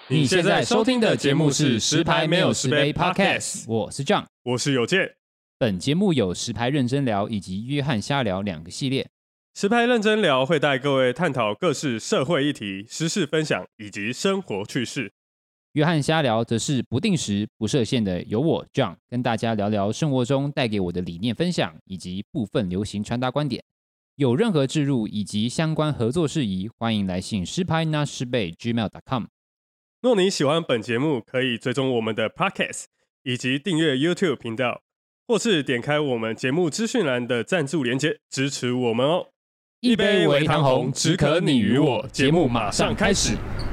你现在收听的节目是十排没有十杯 Podcast， 我是 John， 我是有健。 本节目有十排认真聊以及约翰瞎聊两个系列。 十排认真聊会带各位探讨各式社会议题、时事分享以及生活趣事。 约翰瞎聊则是不定时不设限的，由我 John 跟大家聊聊生活中带给我的理念分享以及部分流行传达观点。有任何置入以及相关合作事宜，欢迎来信十排那十杯 gmail.com。 若你喜欢本节目，可以追踪我们的 Podcast 以及订阅 YouTube 频道，或是点开我们节目资讯栏的赞助连结支持我们哦。 一杯微糖红，只可你与我。节目马上开始。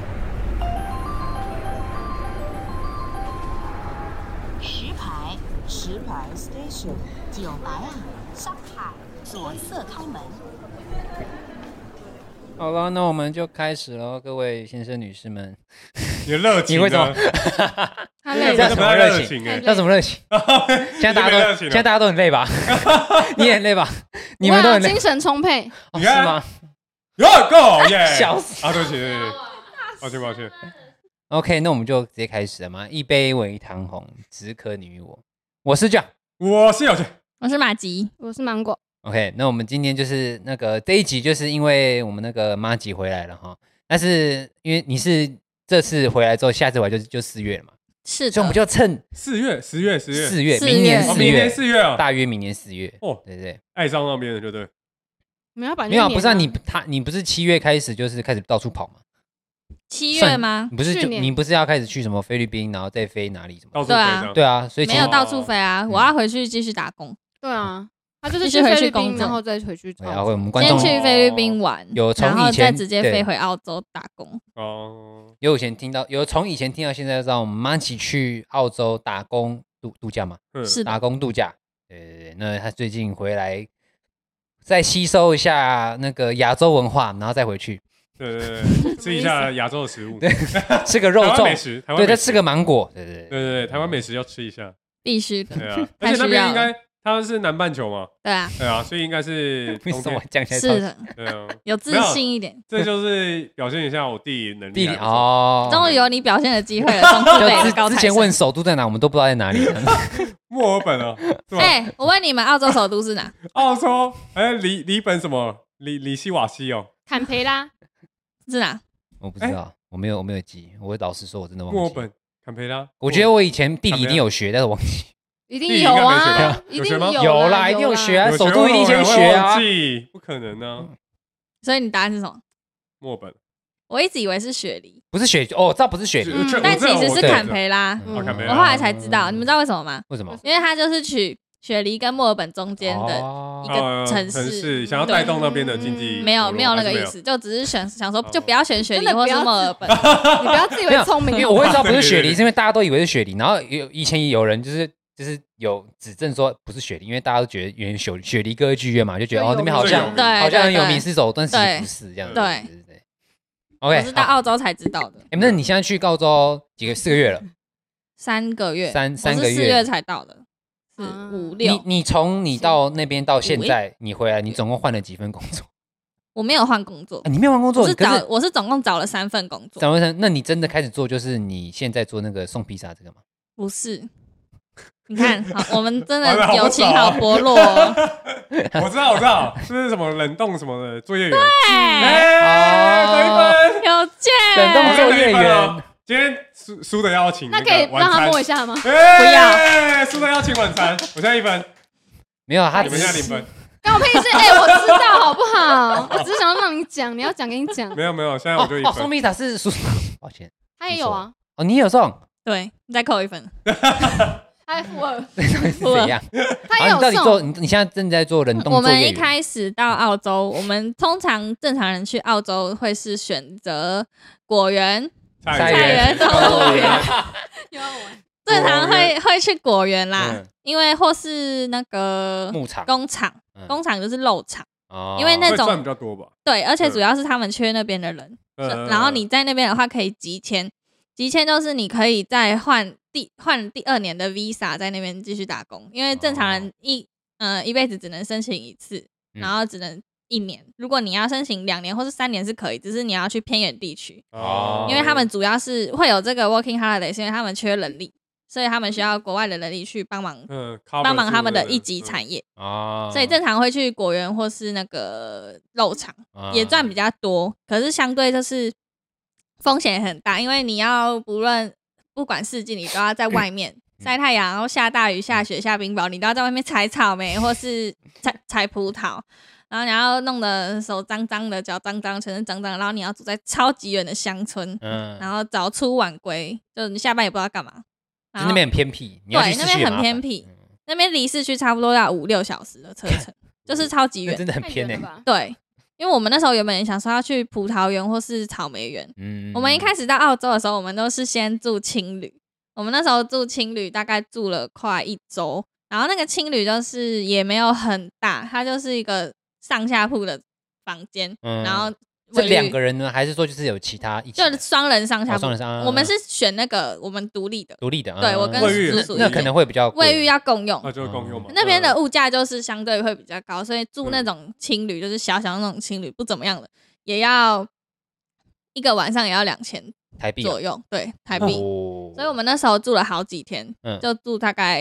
石牌 Station， 酒白啊，上海左侧开门。 好了，那我们就开始了，各位先生女士们。 你的热情， 你为什么？ 他累，叫什么热情？ 叫什么热情？现在大家都很累吧？你也很累吧？你们都很累， 精神充沛， 是吗？ 有够耶！ 笑死啊！对不起，抱歉。 OK， 那我们就直接开始了嘛。一杯微糖红，只可你与我。我是 John， 我是有健， 我是马吉，我是芒果。 OK， 那我们今天就是那个这一集，就是因为我们那个马吉回来了哈，但是因为你是这次回来之后，下次回来就4月了嘛， 是的， 所以我们就趁 4月， 明年4月啊， 大约明年4月哦，对对， 爱上那边的就对， 没有不是你不是7月开始就是开始到处跑吗 ？7月吗？ 你不是要开始去什么菲律宾，然后再飞哪里什么？ 对啊，所以没有到处飞啊，我要回去继续打工。 对啊。他就是去菲律宾，然后再回去。 我们观众先去菲律宾玩，然后再直接飞回澳洲打工。 哦， 有从以前听到现在，知道我们马吉去澳洲打工度假嘛？ 是打工度假。对，那他最近回来，再吸收一下那个亚洲文化，然后再回去。 对，吃一下亚洲的食物， 对，吃个肉粽美食， 对，再吃个芒果，对， 台湾美食要吃一下， 必须的。 对啊，而且那边应该。他是南半球嘛？ 对啊， 所以应该是为什么讲起来是的， 对啊， 有自信一点。 这就是表现一下我地理能力哦， 终于有你表现的机会了。中部北的高材生， 之前问首都在哪，我们都不知道在哪里。 墨尔本啊， 我问你们，澳洲首都是哪？ 澳洲里本什么？里西瓦西哦， 坎培拉是哪？ 我不知道，我没有记。我老实说，我真的忘记。 墨尔本坎培拉， 我觉得我以前地理一定有学，但是忘记。 一定有啊， 一定有啦，一定有学啊，首都一定先学啊， 不可能啊。 所以你答案是什么？ 墨尔本。 我一直以为是雪梨， 不是雪哦，这不是雪梨， 但其实是坎培拉。我后来才知道，你们知道为什么吗？ 为什么？ 因为它就是取雪梨跟墨尔本中间的一个城市， 想要带动那边的经济。 没有那个意思，就只是想说，就不要选雪梨或是墨尔本， 你不要自以为聪明。 因为我会知道不是雪梨，是因为大家都以为是雪梨，然后以前有人就是有指证说不是雪梨，因为大家都觉得原雪梨歌剧院嘛，就觉得那边好像很有名是首，但其实不是这样。 对。 OK， 我是到澳洲才知道的。 那你现在去澳洲4个月了 ？3个月 ，3个月， 我是4月才到的，是5、6。 你从你到那边到现在，你回来，你总共换了几份工作？ 我没有换工作， 你没有换工作， 我是总共找了3份工作。 那你真的开始做就是你现在做那个送披萨这个吗？ 不是。你看，好，我们真的友情好薄弱哦。 我知道，这是什么冷冻什么的作业员？ 对，有见冷冻作业员。 今天输的要请， 那可以让他摸一下吗？ 不要， 输的要请晚餐。我现在1分， 没有你们现在0分。 关我屁事！我知道好不好？我只是想要让你讲，你要讲给你讲。 没有，现在我就1分。 送披萨是输，抱歉。 他也有啊。 哦，你有送？ 对，你再扣1分。 还负2， 怎样？ 他有送。你现在正在做冷冻作业员。 我们一开始到澳洲，我们通常正常人去澳洲会是选择果园、菜园、动物园，正常会去果园啦，因为或是那个牧场、 工厂就是肉场，因为为那种赚比较多吧。 对，而且主要是他们缺那边的人，然后你在那边的话可以集签就是你可以再换第2年的 visa 在那边继续打工，因为正常人一辈子只能申请1次，然后只能 1年，如果你要申请2年或是3年是可以，只是你要去偏远地区，因为他们主要是会有这个 working holiday， 是因为他们缺人力，所以他们需要国外的人力去帮忙他们的一级产业，所以正常会去果园或是那个肉场，也赚比较多，可是相对就是风险也很大，因为你要不管四季，你都要在外面晒太阳，然后下大雨、下雪、下冰雹，你都要在外面采草莓或是采葡萄，然后你要弄得手脏脏的、脚脏脏、全身脏脏，然后你要住在超级远的乡村，然后早出晚归，就你下班也不知道干嘛。 就那边很偏僻，你要去市区对，那边很偏僻，那边离市区差不多要5-6小时的车程，就是超级远， 真的很偏对。因为我们那时候原本也想说要去葡萄园或是草莓园，我们一开始到澳洲的时候，我们都是先住青旅，我们那时候住青旅大概住了快1周，然后那个青旅就是也没有很大，它就是一个上下铺的房间，然后是2个人呢，还是说就是有其他一起？ 就是双人上下铺，我们是选那个我们独立的，对，我跟叔叔那可能会比较贵， 卫浴要共用， 那就共用嘛。 那边的物价就是相对会比较高，所以住那种青旅，就是小小那种青旅不怎么样的，也要1个晚上也要2000 台币左右，对，台币。所以我们那时候住了好几天，就住大概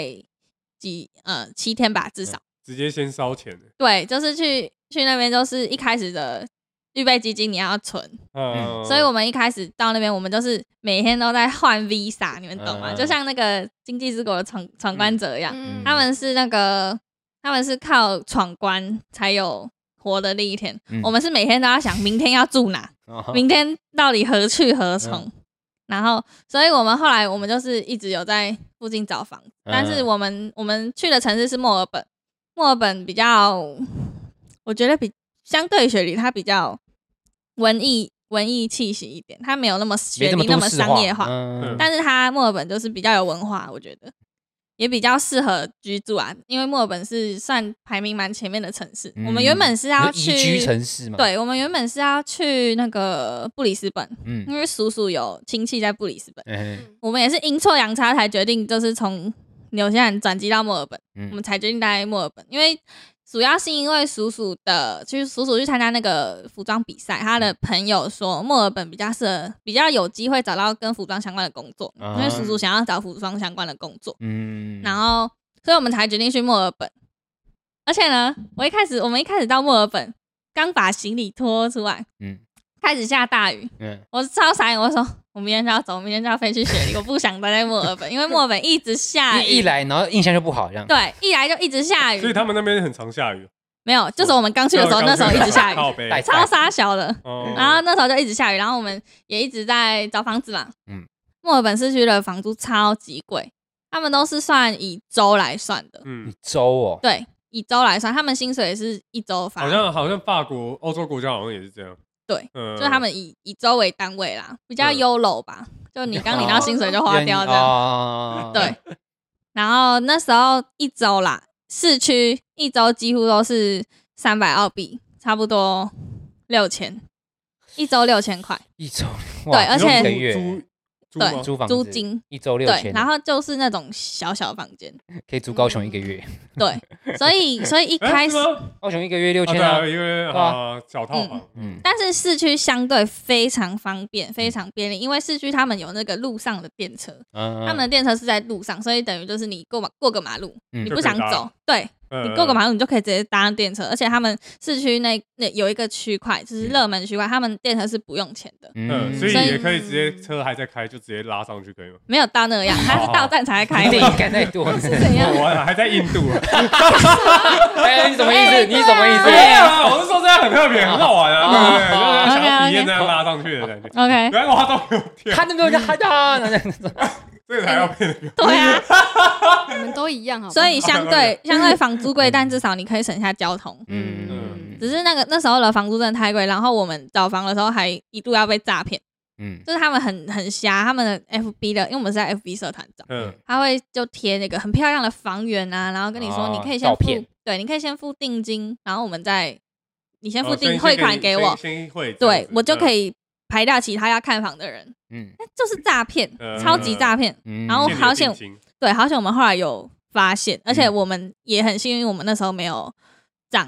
7天吧，至少。 直接先烧钱。 对，就是去那边，就是一开始的预备基金你要存，所以我们一开始到那边，我们就是每天都在换 visa， 你们懂吗？就像那个经济之国的闯关者一样，他们是靠闯关才有活的那一天，我们是每天都要想明天要住哪，明天到底何去何从，然后，所以我们后来我们就是一直有在附近找房子，但是我们去的城市是墨尔本比较，我觉得相对雪梨它比较文艺气息一点，它没有那么雪梨那么商业化，但是它墨尔本就是比较有文化，我觉得也比较适合居住啊，因为墨尔本是算排名蛮前面的城市。我们原本是要去宜居城市嘛， 对，我们原本是要去那个布里斯本，因为叔叔有亲戚在布里斯本，我们也是阴错阳差才决定，就是从纽西兰转机到墨尔本，我们才决定待墨尔本，因为主要是因为叔叔去参加那个服装比赛，他的朋友说墨尔本比较有机会找到跟服装相关的工作，因为叔叔想要找服装相关的工作，然后所以我们才决定去墨尔本。而且呢，我们一开始到墨尔本，刚把行李拖出来，开始下大雨，我超傻眼，我说我明天就要走，明天就要飞去雪梨，我不想待在墨尔本，因为墨尔本一直下雨， 一来然后印象就不好，这样对，一来就一直下雨， 所以他们那边很常下雨。 没有，就是我们刚去的时候，那时候一直下雨，超沙小的，然后那时候就一直下雨，然后我们也一直在找房子嘛，墨尔本市区的房租超级贵，他们都是算以周来算的， 以周哦， 对，以周来算，他们薪水也是一周发， 好像法国、欧洲国家好像也是这样。 对，就是他们以周为单位啦，比较优柔吧，就你刚领到薪水就花掉这样。对，然后那时候一周啦，市区一周几乎都是300澳币，差不多6000，一周6000块， 一周对，而且一个月对租金一周6000， 对，然后就是那种小小房间， 可以租高雄1个月。 对，所以一开始高雄1个月6000 啊，因为小套房， 但是市区相对非常方便，非常便利，因为市区他们有那个路上的电车，他们的电车是在路上，所以等于就是你过个马路，你不想走，对。你过个马路，你就可以直接搭上电车，而且他们市区那有一个区块，就是热门区块，他们电车是不用钱的， 所以也可以直接车还在开就直接拉上去，可以吗？ 没有到那样，他是到站才开。 你敢太多是怎样？ 我还在印度啊！ 哎，你什么意思？你什么意思？ 没有啊，我是说这样很特别，很好玩啊，对不对？就是想要体验这样拉上去的感觉。 OK， 原来挖都没有电， 看那么多人哈哒， 这个才要变的。 对啊， 我们都一样，好不好？ 所以相对房租贵，但至少你可以省下交通。只是那时候的房租真的太贵，然后我们找房的时候还一度要被诈骗。就是他们很瞎，他们的 FB 的，因为我们是在 FB 社团找，他会就贴那个很漂亮的房源啊，然后跟你说你可以先付，对，你可以先付定金，然后你先付汇款给我，对我就可以排掉其他要看房的人，就是诈骗，超级诈骗。然后好险我们后来有发现，而且我们也很幸运，我们那时候没有账户，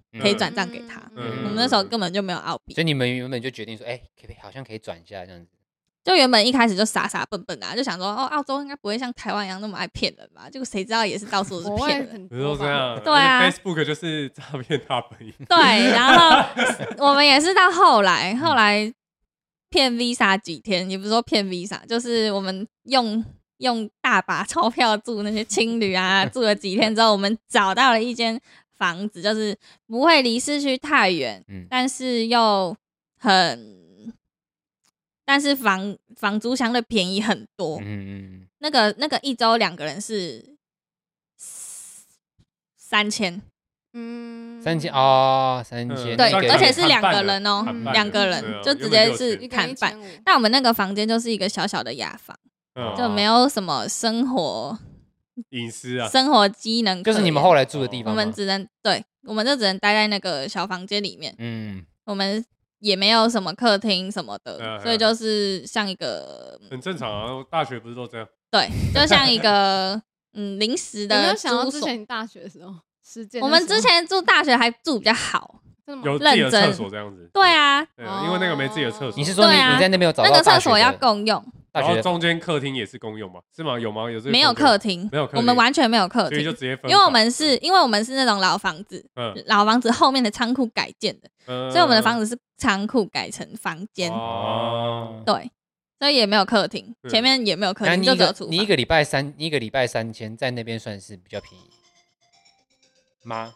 可以转账给他。我们那时候根本就没有澳币， 所以你们原本就决定说，好像可以转一下这样子。 就原本一开始就傻傻笨笨啊，就想说澳洲应该不会像台湾一样那么爱骗人吧？结果谁知道也是到处都是骗人。 不是都这样？ 对啊 ，Facebook 就是诈骗大本营。 对，然后我们也是到后来骗 Visa 几天，也不是说骗 Visa， 就是我们用大把钞票住那些青旅啊，住了几天之后，我们找到了一间房子，就是不会离市区太远，但是又但是房租相对便宜很多。那个一周2个人是3000。 3000哦，3000。 对，而且是 2 2个人哦，2个人就直接是砍半。但我们那个房间就是一个小小的雅房，就没有什么生活隐私啊， 生活机能。 就是你们后来住的地方吗？ 我们就只能待在那个小房间里面。我们也没有什么客厅什么的，所以就是像一个很正常啊。大学不是都这样？ 对，就像一个临时的。 有没有想到之前你大学的时候？ 我们之前住大学还住比较好， 有自己的厕所这样子。 对啊， 因为那个没自己的厕所。 你是说你在那边有找到那个厕所要共用？ 然后中间客厅也是公用吗？是吗？有吗？有这个？ 没有客厅，我们完全没有客厅， 所以就直接分。 因为我们是那种老房子，老房子后面的仓库改建的，所以我们的房子是仓库改成房间。对，所以也没有客厅，前面也没有客厅，就只有厨房。 你一个礼拜3000，在那边算是比较便宜吗？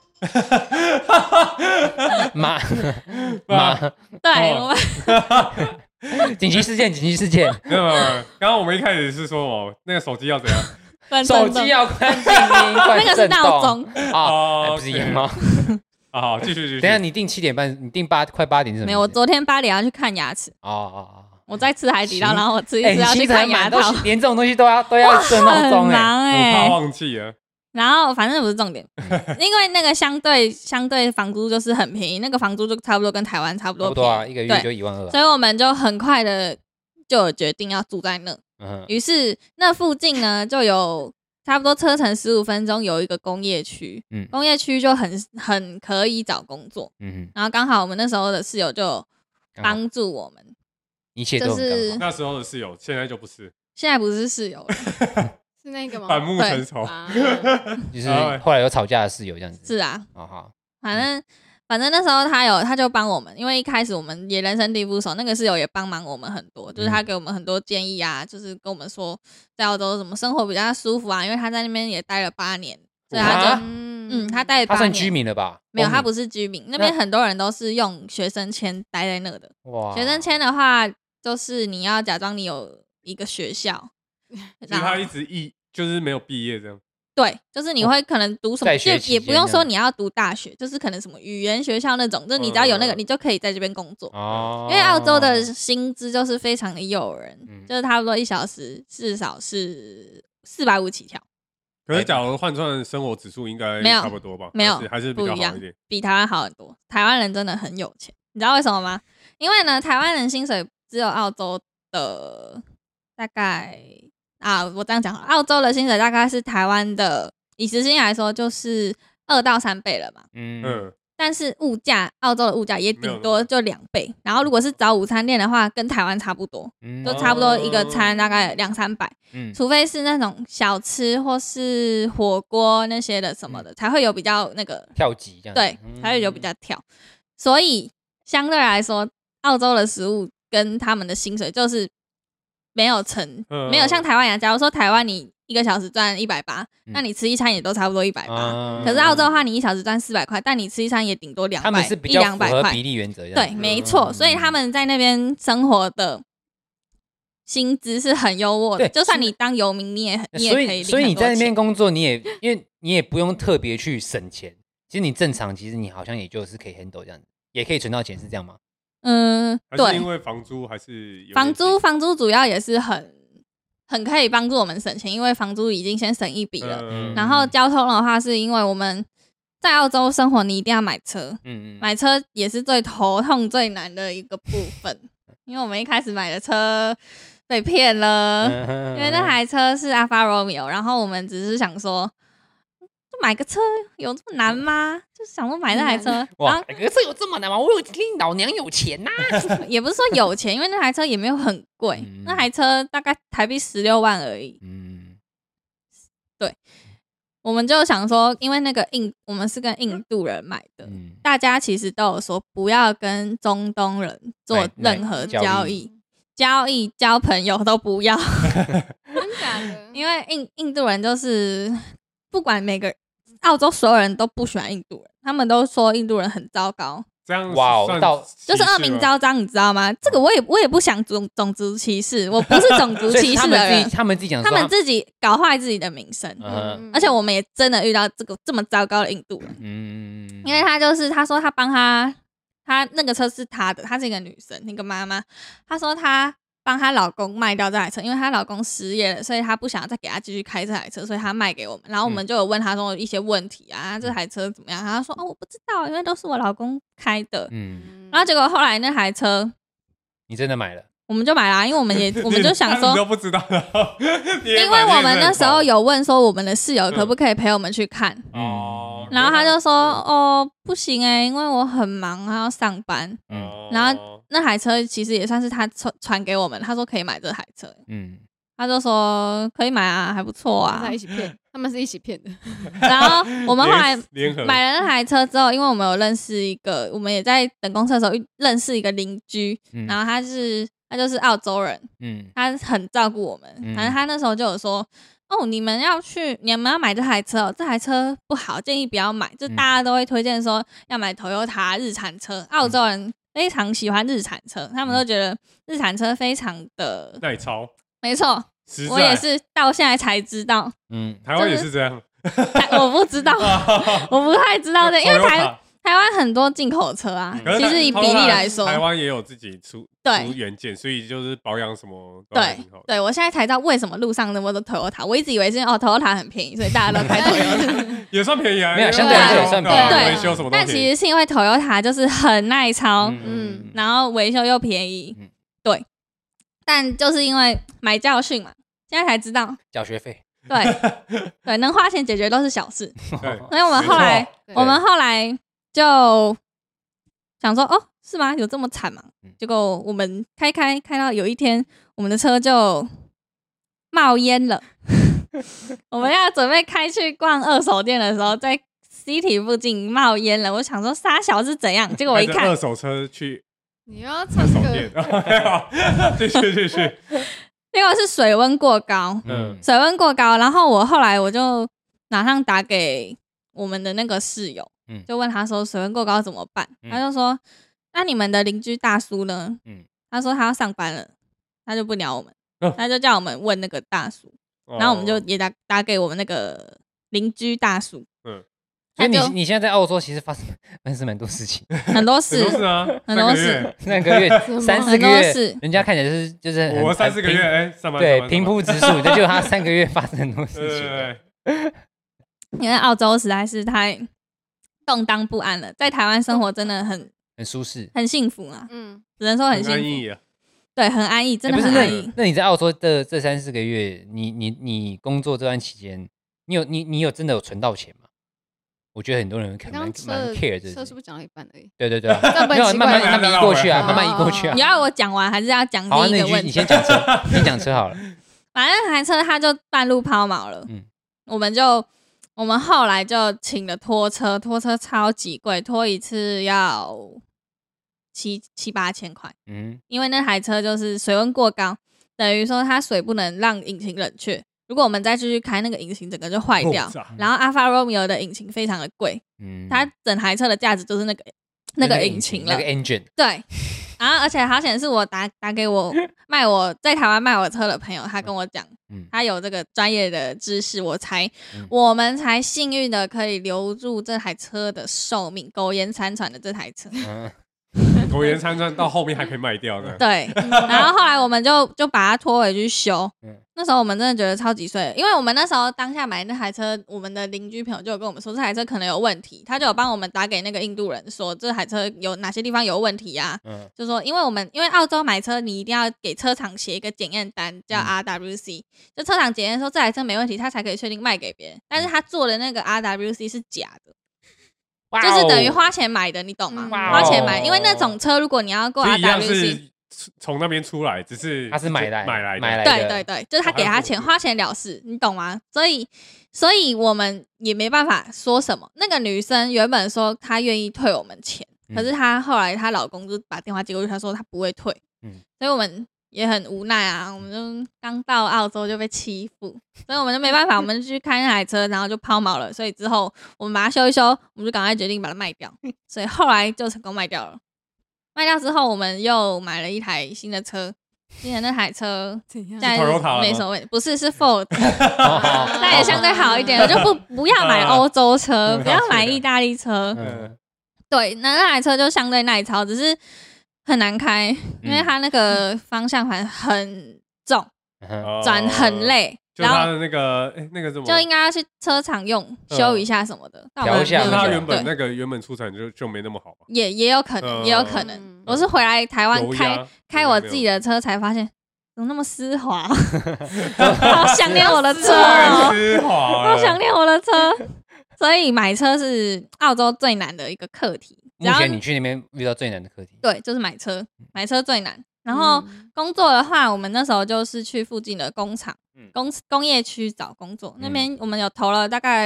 妈， 对，我们紧急事件。 没有，刚刚我们一开始是说那个手机要怎样？ 手机要关静音， 那个是闹钟啊，不是一样吗？ 好，继续。 等一下你定7点半，你定快8点是什么？ 没有，我昨天8点要去看牙齿。我在吃海底捞，然后我吃一吃要去看牙套， 连这种东西都要设闹钟， 很忙我怕忘记了。 然后反正不是重点，因为那个相对房租就是很便宜，那个房租就差不多跟台湾差不多便宜， 啊，一个月就12000， 所以我们就很快的就有决定要住在那。于是那附近呢就有差不多车程15分钟有一个工业区，工业区就很可以找工作，然后刚好我们那时候的室友就帮助我们， 一切都很刚好。 那时候的室友现在就不是， 现在不是室友了。 是那个吗？ 反目成仇， 就是后来有吵架的室友这样子。 是啊， 好， 反正那时候他就帮我们，因为一开始我们也人生地不熟，那个室友也帮忙我们很多，就是他给我们很多建议啊，就是跟我们说在澳洲怎么生活比较舒服啊，因为他在那边也待了8年，所以他就他待了8年。 他算居民了吧？ 没有，他不是居民，那边很多人都是用学生签待在那的。 哇， 学生签的话，就是你要假装你有一个学校。 所以他一直就是没有毕业这样。 对，就是你会可能读什么，就也不用说你要读大学，就是可能什么语言学校那种，就是你只要有那个，你就可以在这边工作。因为澳洲的薪资就是非常的诱人，就是差不多1小时至少是450起跳。 可是假如换算生活指数，应该差不多吧？ 没有， 还是比较好一点， 比台湾好很多。台湾人真的很有钱，你知道为什么吗？因为呢，台湾人薪水只有澳洲的大概我这样讲，澳洲的薪水大概是台湾的，以时薪来说就是2到3倍了嘛。但是澳洲的物价也顶多就2倍。然后如果是早午餐店的话，跟台湾差不多，就差不多一个餐大概200-300。除非是那种小吃或是火锅那些的什么的，才会有比较那个跳级这样。 对，才会有比较跳。所以相对来说，澳洲的食物跟他们的薪水就是没有像台湾一样。假如说台湾你1个小时赚180，那你吃一餐也都差不多180。可是澳洲的话，你1小时赚400块，但你吃一餐也顶多200， 他们是比较符合 100-200块比例原则。 对，没错。所以他们在那边生活的薪资是很优渥的，就算你当游民，你也可以领很多钱。 所以你在那边工作，因为你也不用特别去省钱。其实你正常，其实你好像也就是可以 handle 这样子，也可以存到钱，是这样吗？ 对，还是因为房租还是有房租主要也是很可以帮助我们省钱，因为房租已经先省一笔了。然后交通的话，是因为我们在澳洲生活，你一定要买车，买车也是最头痛最难的一个部分，因为我们一开始买的车被骗了，因为那台车是 Alfa Romeo， 然后我们只是想说买个车有这么难吗？就想说买那台车，然哇， 后买个车有这么难吗？我有听老娘有钱呐、 也不是说有钱，因为那台车也没有很贵，那台车大概台币16万而已。对，我们就想说，因为那个我们是跟印度人买的，大家其实都有说不要跟中东人做任何交易交朋友都不要， 真假的？ 因为印度人就是不管澳洲所有人都不喜欢印度人，他们都说印度人很糟糕。 这样哇算就是恶名昭彰，你知道吗？这个我也不想种族歧视，我不是种族歧视的人。 他们自己讲， 他们自己搞坏自己的名声。而且我们也真的遇到这么糟糕的印度人。因为他说他帮他那个车是他的，她是一个女生，那个妈妈，她说她帮她老公卖掉这台车，因为她老公失业了，所以她不想再给他继续开这台车，所以她卖给我们。然后我们就有问她说一些问题啊，这台车怎么样？她说我不知道，因为都是我老公开的。然后结果后来那台车你真的买了， 我们就买了，因为我们就想说， 你都不知道， 因为我们那时候有问说我们的室友可不可以陪我们去看，然后他就说不行因为我很忙，还要上班。然后那台车其实也算是他传给我们，他说可以买这台车。他就说可以买啊，还不错啊。 他们是一起骗的。 然后我们后来联合买了那台车之后，因为我们有认识我们也在等公车的时候认识一个邻居，然后他就是澳洲人，他很照顾我们。反正他那时候就有说，你们要买这台车这台车不好，建议不要买。就大家都会推荐说要买 Toyota 日产车，澳洲人非常喜欢日产车，他们都觉得日产车非常的耐操。 没错，我也是到现在才知道。 台湾也是这样。 我不知道，我不太知道的，因为台湾很多进口车啊，其实以比例来说， 台湾也有自己出原件，所以就是保养什么都很好。 对，我现在才知道为什么路上那么多 Toyota， 我一直以为是Toyota 很便宜，所以大家都开 Toyota， 也算便宜啊， 没有相对来说也算便宜， 维修什么都便宜。 但其实是因为 Toyota 就是很耐操，然后维修又便宜，对。但就是因为买教训嘛，现在才知道缴学费。 对，能花钱解决都是小事。所以我们后来就想说，是吗？有这么惨吗？结果我们开到有一天，我们的车就冒烟了。我们要准备开去逛二手店的时候，在 City 附近冒烟了。我想说沙小是怎样？结果我一看， 二手车去。 你要唱歌， 继续。 结果是水温过高，水温过高。然后后来我就马上打给我们的那个室友，就问他说水温过高怎么办？他就说那你们的邻居大叔呢？他说他要上班了，他就不鸟我们，他就叫我们问那个大叔，然后我们就也打给我们那个邻居大叔。 所以你现在在澳洲其实发生蛮多事情， 很多事啊， 很多事 ，3个月、3-4个月，人家看起来就是我3-4个月上班对平铺直述，就他3个月发生很多事情。 因为澳洲实在是太动荡不安了，在台湾生活真的很舒适， 很幸福啊，只能说很幸福，对，很安逸，真的很安逸。 那你在澳洲的这3-4个月，你工作这段期间，你有真的有存到钱吗？我觉得很多人可能蛮 care 这车是不是讲到一半而已？ 对，没有慢慢移过去啊，慢慢移过去啊。 你要我讲完，还是要讲第一个问题？ 你先讲车，先讲车好了。 反正那台车它就半路抛锚了，我们后来就请了拖车，拖车超级贵，拖一次要7-8千块。因为那台车就是水温过高，等于说它水不能让引擎冷却。如果我们再继续开，那个引擎整个就坏掉。然后 Alfa Romeo 的引擎非常的贵，它整台车的价值就是那个引擎了， 那个 engine。 对，然后而且好险是我打给我在台湾卖我车的朋友，他跟我讲，他有这个专业的知识，我们才幸运的可以留住这台车的寿命，苟延残喘的这台车。 苟延残喘到后面还可以卖掉的。 对，然后后来我们就把它拖回去修， 那时候我们真的觉得超级衰，因为我们那时候当下买那台车，我们的邻居朋友就有跟我们说这台车可能有问题，他就有帮我们打给那个印度人说这台车有哪些地方有问题啊。就说因为澳洲买车你一定要给车厂写一个检验单叫 RWC，就车厂检验说这台车没问题，他才可以确定卖给别人，但是他做的那个 RWC 是假的。就是等于花钱买的，你懂吗？花钱买，因为那种车如果你要过 RWC。 从那边出来，只是他是买来的， 对对对，就是他给他钱，花钱了事，你懂吗？所以我们也没办法说什么。那个女生原本说她愿意退我们钱，可是她后来她老公就把电话接过去，她说她不会退，所以我们也很无奈啊。我们就刚到澳洲就被欺负，所以我们就没办法，我们就去开那台车，然后就抛锚了。所以之后我们把它修一修，我们就赶快决定把它卖掉。所以后来就成功卖掉了。卖掉之后，我们又买了一台新的车。今年那台车现在没什么问题，不是 Ford， 那也相对好一点了，就不要买欧洲车，不要买意大利车。对，那台车就相对耐操，只是很难开，因为它那个方向盘很重，转很累。 就他的那个什么， 就应该要去车厂用修一下什么的， 调一下。 他原本出产就没那么好吧？ 也有可能，也有可能。我是回来台湾开我自己的车才发现，怎么那么丝滑？好想念我的车， 丝滑， 好想念我的车。所以买车是澳洲最难的一个课题。 目前你去那边遇到最难的课题？ 对，就是买车最难。然后工作的话，我们那时候就是去附近的工厂、工业区找工作。那边我们有投了大概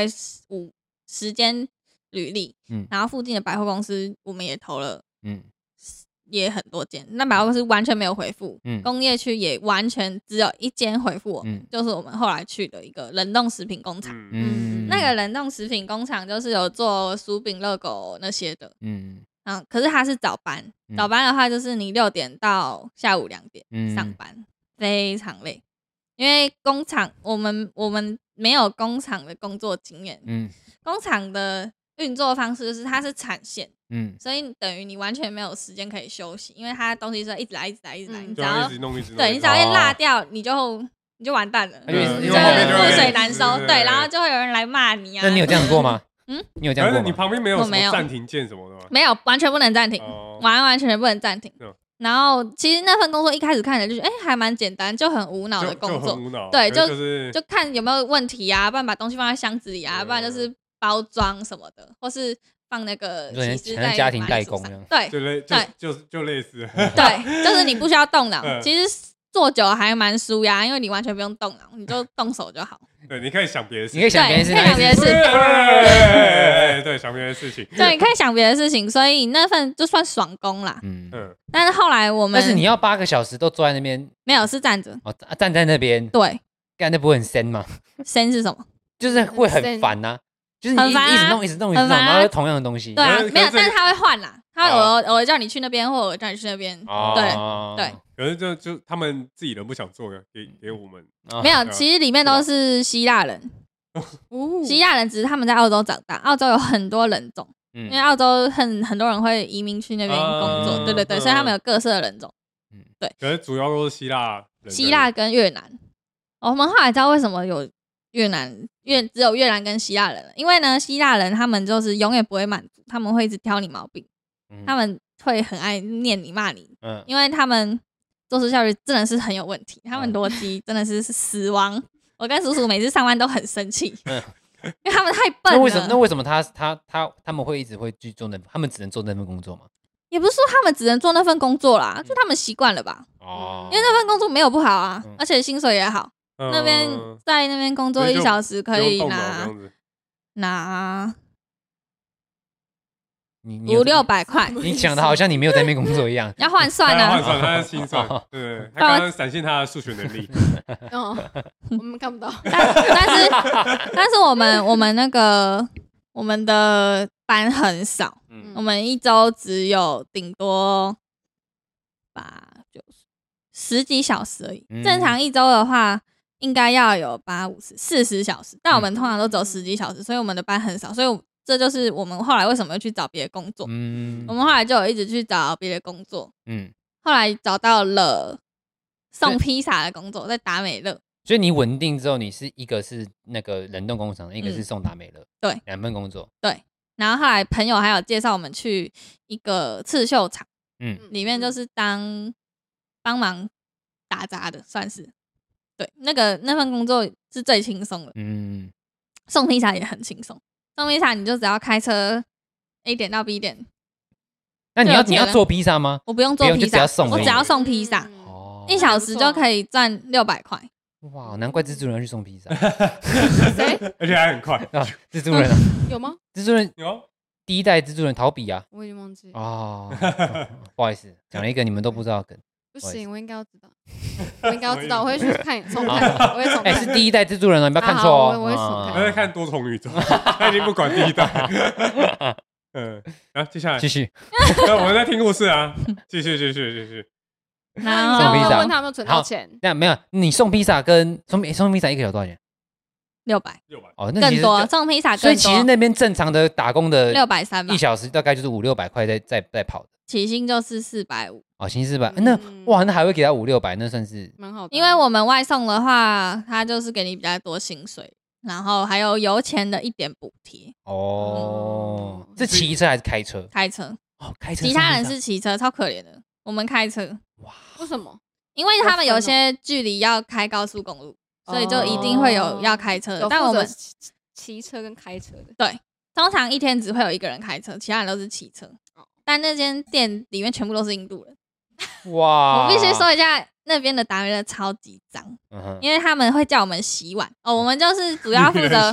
10间履历，然后附近的百货公司我们也投了，也很多间。那百货公司完全没有回复，工业区也完全只有1间回复我们，就是我们后来去的一个冷冻食品工厂。那个冷冻食品工厂就是有做薯饼、热狗那些的，可是它是早班，早班的话就是你6点到下午2点上班，非常累。因为工厂我们没有工厂的工作经验，工厂的运作方式就是它是产线，所以等于你完全没有时间可以休息，因为它东西是一直来，你只要一直弄， 对你只要一落掉，你就完蛋了，就是覆水难收，对，然后就会有人来骂你啊。 那你有这样过吗？你有这样过吗？ 你旁边没有什么暂停键什么的吗？ 没有，完全不能暂停，完全不能暂停。然后其实那份工作一开始看起来就是还蛮简单，就很无脑的工作，对，就看有没有问题啊，不然把东西放在箱子里啊，不然就是包装什么的，或是放那个起司在家庭代工， 对， 就类似， 对，就是你不需要动脑，其实做久还蛮舒压，因为你完全不用动脑，你就动手就好。 对，你可以想别的事情， 你可以想别的事情， 对，想别的事情， 对，你可以想别的事情，所以那份就算爽工啦。但是后来我们， 但是你要8个小时都坐在那边， 没有，是站着， 站在那边， 对， 干那不会很深吗？ 深是什么？ 就是会很烦呐，就是你一直弄，然后同样的东西， 对啊，没有，但是他会换啦，他我叫你去那边，或者我叫你去那边，对。 可是就他们自己人不想做的，给我们没有，其实里面都是希腊人，希腊人只是他们在澳洲长大，澳洲有很多人种，因为澳洲很多人会移民去那边工作，对，所以他们有各色的人种，对。 可是主要都是希腊跟越南。我们后来知道为什么有只有越南跟希腊人了，因为呢，希腊人他们就是永远不会满足，他们会一直挑你毛病，他们会很爱念你骂你，因为他们做事效率真的是很有问题，他们逻辑真的是死亡。我跟叔叔每次上班都很生气，因为他们太笨了。 那为什么他们会一直会去做他们只能做那份工作吗？ 也不是说他们只能做那份工作啦，就他们习惯了吧。因为那份工作没有不好啊，而且薪水也好。在那边工作1小时可以拿500-600块， 你讲的好像你没有在那边工作一样。 要换算啊， 他的心算，对，他刚刚展现他的数学能力。 我们看不到。 但是我们的班很少，我们1周只有顶多10几小时而已。正常1周的话，应该要有40小时，但我们通常都只有10几小时，所以我们的班很少，所以这就是我们后来为什么会去找别的工作。我们后来就有一直去找别的工作。后来找到了送披萨的工作，在达美乐。 所以你稳定之后，你是一个是那个冷冻工厂，一个是送达美乐， 对 ，2份工作， 对。然后后来朋友还有介绍我们去一个刺绣厂，里面就是帮忙打杂的，算是对。那份工作是最轻松的，送披萨也很轻松。送披萨你就只要开车 A 点到 B 点。 那你要做披萨吗？ 我不用做披萨，我只要送披萨，1小时就可以赚600块。 哇，难怪蜘蛛人要去送披萨。 谁？ 而且还很快啊！蜘蛛人有吗？ 蜘蛛人有第1代蜘蛛人陶比啊， 我已经忘记哦，不好意思，讲了一个你们都不知道的梗。 不行，我应该要知道，我会去看重看，我会重看。 是第1代蜘蛛人哦，你不要看错哦。 我会重看。 我在看多重宇宙，他已经不管第1代。然后接下来继续， 我们在听故事啊，继续。 那送披萨问他们存到钱？ 那没有，你送披萨跟送披萨1个小时多少钱 ？600 哦，那更多，送披萨更多。 所以其实那边正常的打工的 630吧 ，1小时大概就是500-600块在跑的。 起薪就是450。 哦，起薪400，那哇，那还会给他500-600，那算是蛮好的。 因为我们外送的话，他就是给你比较多薪水，然后还有油钱的一点补贴。 哦，是骑车还是开车？ 开车。 哦，开车。 其他人是骑车，超可怜的。我们开车。 哇， 为什么？ 因为他们有些距离要开高速公路，所以就一定会有要开车的。但我们骑车跟开车的， 对，通常一天只会有1个人开车，其他人都是骑车。但那间店里面全部都是印度人。 哇！ 我必须说一下，那边的达美乐超级脏，因为他们会叫我们洗碗哦，我们就是主要负责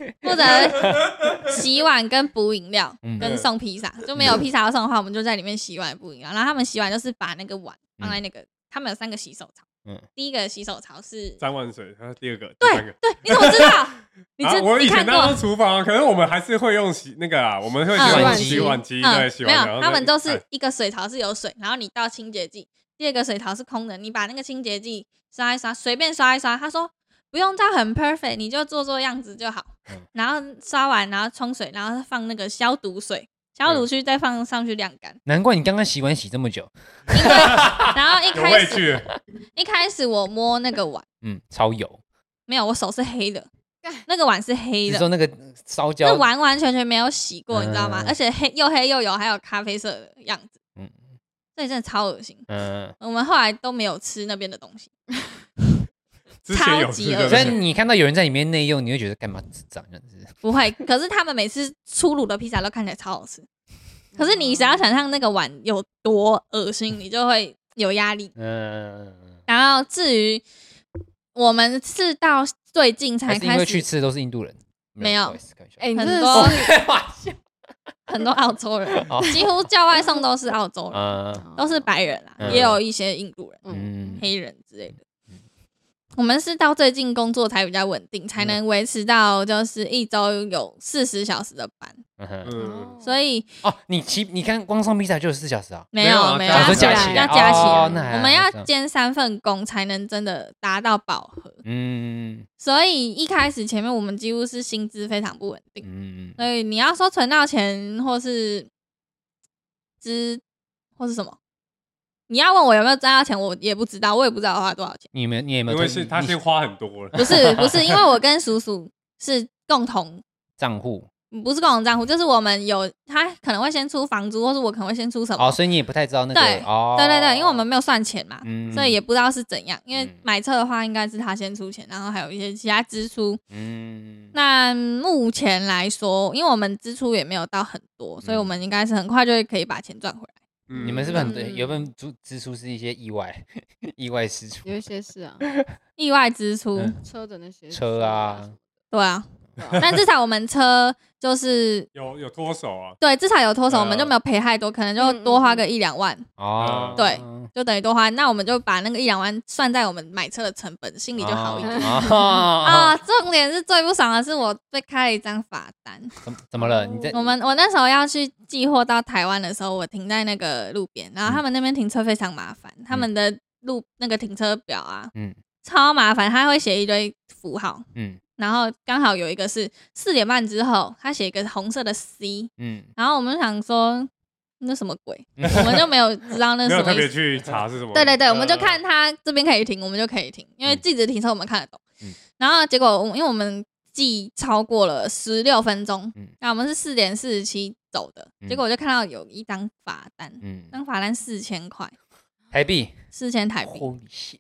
洗碗跟补饮料，跟送披萨。就没有披萨要送的话，我们就在里面洗碗补饮料。然后他们洗碗就是把那个碗放在那个，他们有3个洗手槽。第一个洗手槽是 3万水，然后第2个， 对，你怎么知道？ 我以前当厨房，可是我们还是会用那个啊，我们会洗碗机，对，洗碗。 没有，他们都是一个水槽是有水，然后你倒清洁剂，第2个水槽是空的，你把那个清洁剂刷一刷，随便刷一刷。他说不用到很 perfect， 你就做样子就好。然后刷完，然后冲水，然后放那个消毒水。消毒区再放上去晾干。 难怪你刚刚洗碗洗这么久。 然后一开始我摸那个碗， 超油。 没有，我手是黑的，那个碗是黑的。 你说那个烧焦， 那完完全全没有洗过，你知道吗？而且又黑又油，还有咖啡色的样子。所以真的超恶心。我们后来都没有吃那边的东西。超级恶心。 所以你看到有人在里面内用，你会觉得干嘛智障这样子？ 不会，可是他们每次出炉的披萨都看起来超好吃。可是你只要想象那个碗有多恶心，你就会有压力。然后至于我们是到最近才开始， 因为去吃的都是印度人， 没有，很多澳洲人，几乎叫外送都是澳洲人，都是白人啦，也有一些印度人、黑人之类的。我们是到最近工作才比较稳定，才能维持到就是1周有40小时的班。所以你看光送披萨就有4小时啊？ 没有，要加起来，我们要兼3份工才能真的达到饱和。所以一开始前面我们几乎是薪资非常不稳定。所以你要说存到钱或是什么？你要问我有没有赚到钱，我也不知道，我也不知道我花多少钱。 你也没有， 因为是他先花很多了。 不是，因为我跟叔叔是共同账户， 不是共同账户，就是我们有他可能会先出房租，或是我可能会先出什么。 所以你也不太知道那个。 对，因为我们没有算钱嘛，所以也不知道是怎样。因为买车的话，应该是他先出钱，然后还有一些其他支出。那目前来说，因为我们支出也没有到很多，所以我们应该是很快就会可以把钱赚回来。 你们是不是有份支出是一些意外支出？ 有一些是啊， 意外支出， 车的那些车啊， 对啊，但至少我们车就是有脱手啊， 对，至少有脱手，我们就没有赔太多，可能就多花个1-2万对，就等于多花，那我们就把那个1-2万算在我们买车的成本，心里就好一点重点是最不爽的是我被开了一张罚单。 怎么了？ 我那时候要去寄货到台湾的时候，我停在那个路边，然后他们那边停车非常麻烦，他们的那个停车表啊，超麻烦，他会写一堆符号，然后刚好有一个是4点半之后，他写一个红色的 C，然后我们想说那什么鬼，我们就没有知道那没有特别是什么意思。 去查是什么。 对对对，我们就看他这边可以停，我们就可以停，因为禁止停车我们看得懂。然后结果因为我们记超过了16分钟，那我们是4点47走的，结果我就看到有一张罚单，那张罚单4000块台币 ，4000台币 ，Holy shit，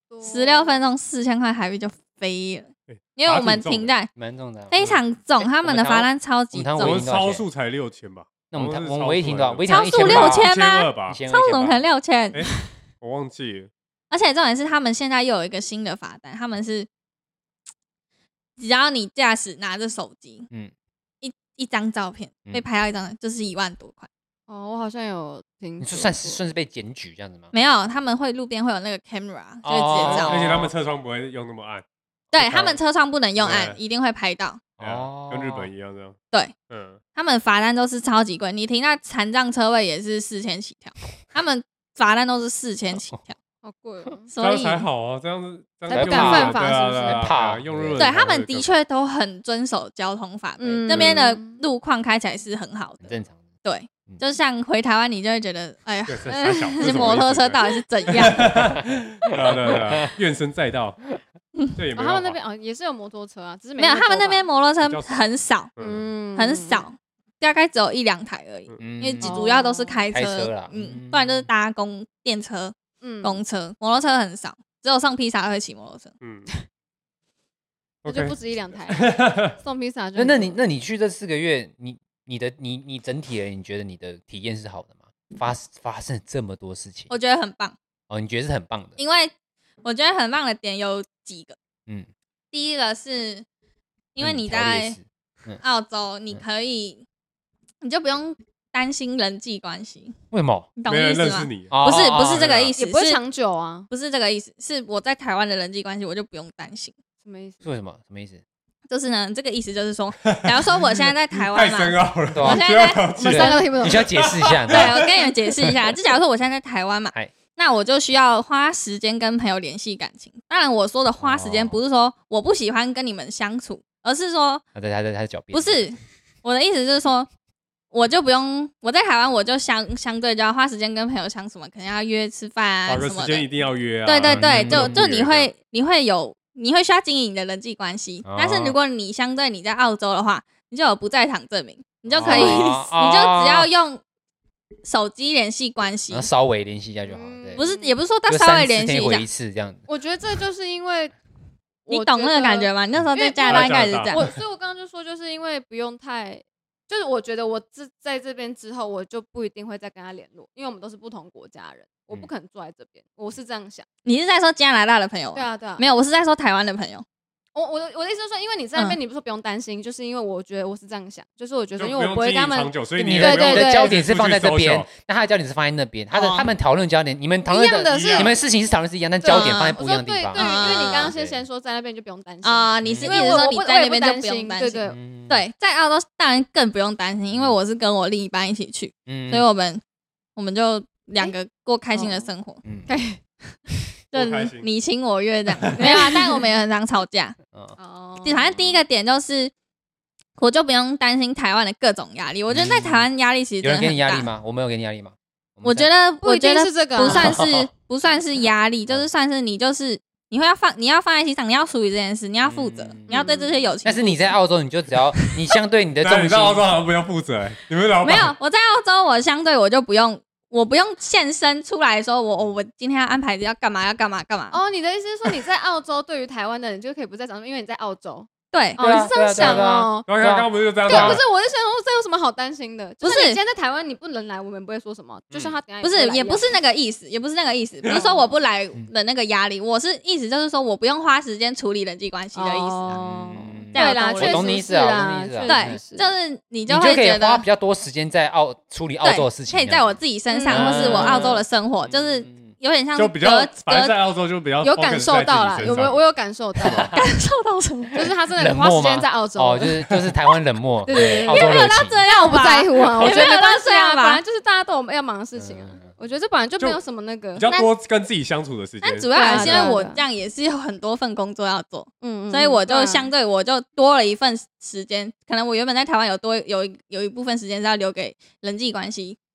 16分钟4000块台币就飞了。因为我们停在蛮重的， 非常重，他们的罚单超级重， 我们超速才6000吧？ 那我们违停多少？违停超速6000吗？ 超速可能6000， 我忘记了。 而且重点是他们现在又有一个新的罚单，他们是只要你驾驶拿着手机，一张照片被拍到一张，就是1万多块。 哦，我好像有听， 你说算是被检举这样子吗？ 没有，他们会路边会有那个 camera， 就会直接照， 而且他们车窗不会用那么暗。 对他们车窗不能用暗，一定会拍到。 跟日本一样这样。 对，他们罚单都是超级贵，你停在残障车位也是4000起跳，他们罚单都是4000起跳， 好贵哦。 所以才好啊，这样子才不敢犯法，是不是？ 怕用日本。 对他们的确都很遵守交通法规，那边的路况开起来是很好的， 很正常。 对，就像回台湾，你就会觉得，哎呀， 这些摩托车到底是怎样？ 对，怨声载道。对， 他们那边也是有摩托车啊，只是没有，他们那边摩托车很少，很少，大概只有1-2台而已，因为主要都是开车啦，不然就是搭电车、公车，摩托车很少，只有送披萨会骑摩托车。 那就不止1-2台，送披萨就。 那你去这4个月，你整体而言，你觉得你的体验是好的吗？发生这么多事情， 我觉得很棒。 哦，你觉得是很棒的？ 因为我觉得很棒的点有几个。第一个是因为你在澳洲，你就不用担心人际关系。 为什么？ 你懂意思吗？不是这个意思， 也不会长久啊。 不是这个意思，是我在台湾的人际关系，我就不用担心。 什么意思？ 为什么？什么意思？ 就是呢，这个意思就是说，假如说我现在在台湾嘛， 太深奥了， 我现在我们3个都听不懂， 你需要解释一下。 对，我跟你们解释一下，就假如说我现在在台湾嘛，那我就需要花时间跟朋友联系感情。当然，我说的花时间不是说我不喜欢跟你们相处，而是说他在狡辩。 不是，我的意思就是说，我就不用我在台湾，我就相对就要花时间跟朋友相处嘛，可能要约吃饭啊什么的。 时间一定要约啊。 对对对，就你会需要经营你的人际关系。但是如果你相对你在澳洲的话，你就有不在场证明，你就可以，你就只要用手机联系关系， 稍微联系一下就好。 不是，也不是说他稍微联系一次这样子。 我觉得这就是因为你懂那个感觉吗？你那时候在加拿大应该是这样。 所以我刚刚就说，就是因为不用太，就是我觉得我在这边之后，我就不一定会再跟他联络，因为我们都是不同国家人，我不可能住在这边。我是这样想。 你是在说加拿大的朋友？ 对啊对啊。 没有，我是在说台湾的朋友。 我的意思是说，因为你在那边，你不是不用担心，就是因为我觉得我是这样想，就是我觉得因为我不会跟他们， 所以你的焦点是放在这边，那他的焦点是放在那边，他们讨论焦点，你们讨论的你们事情是讨论是一样，但焦点放在不一样的地方。 对，因为你刚刚先说在那边就不用担心啊，你是意思说你在那边就不用担心？ 对， 在澳洲当然更不用担心，因为我是跟我另一半一起去，所以我们就2个过开心的生活。对。就你情我愿这样，没有啊，但我们也很常吵架。反正第一个点就是，我就不用担心台湾的各种压力。我觉得在台湾压力其实真的很大。 有人给你压力吗？我没有给你压力吗？ 我觉得是这个不算是压力，就是算是你要放在心上，你要处理这件事，你要负责，你要对这些友情。 但是你在澳洲，你就只要你相对你的重心， 你在澳洲好像不用负责。你们老板没有，我在澳洲，我相对我就不用。我不用现身出来说，我今天要安排要干嘛。 哦，你的意思是说你在澳洲，对于台湾的人就可以不在场，因为你在澳洲。 对， 哦，你是这样想哦。 刚刚不是就这样？ 对，不是，我是想说这有什么好担心的？不是，你今天在台湾，你不能来，我们不会说什么。就像他等下不是，也不是那个意思，不是说我不来的那个压力，我是意思就是说我不用花时间处理人际关系的意思。 对啦，确实是啦， 对，就是你就会觉得花比较多时间在处理澳洲的事情， 可以在我自己身上，或是我澳洲的生活，就是有点像就比较，反正在澳洲就比较有感受到啦，我有感受到， 感受到什么？ 就是他真的花时间在澳洲， 哦，就是台湾冷漠， 对， 澳洲热情， 没有到这样， 我不在乎啊，我觉得没关系啊， 吧， 本来就是大家都有要忙的事情啊。我觉得这本来就没有什么那个， 比较多跟自己相处的时间。 但主要还是因为我这样也是有很多份工作要做，所以我就相对我就多了一份时间。可能我原本在台湾有一部分时间是要留给人际关系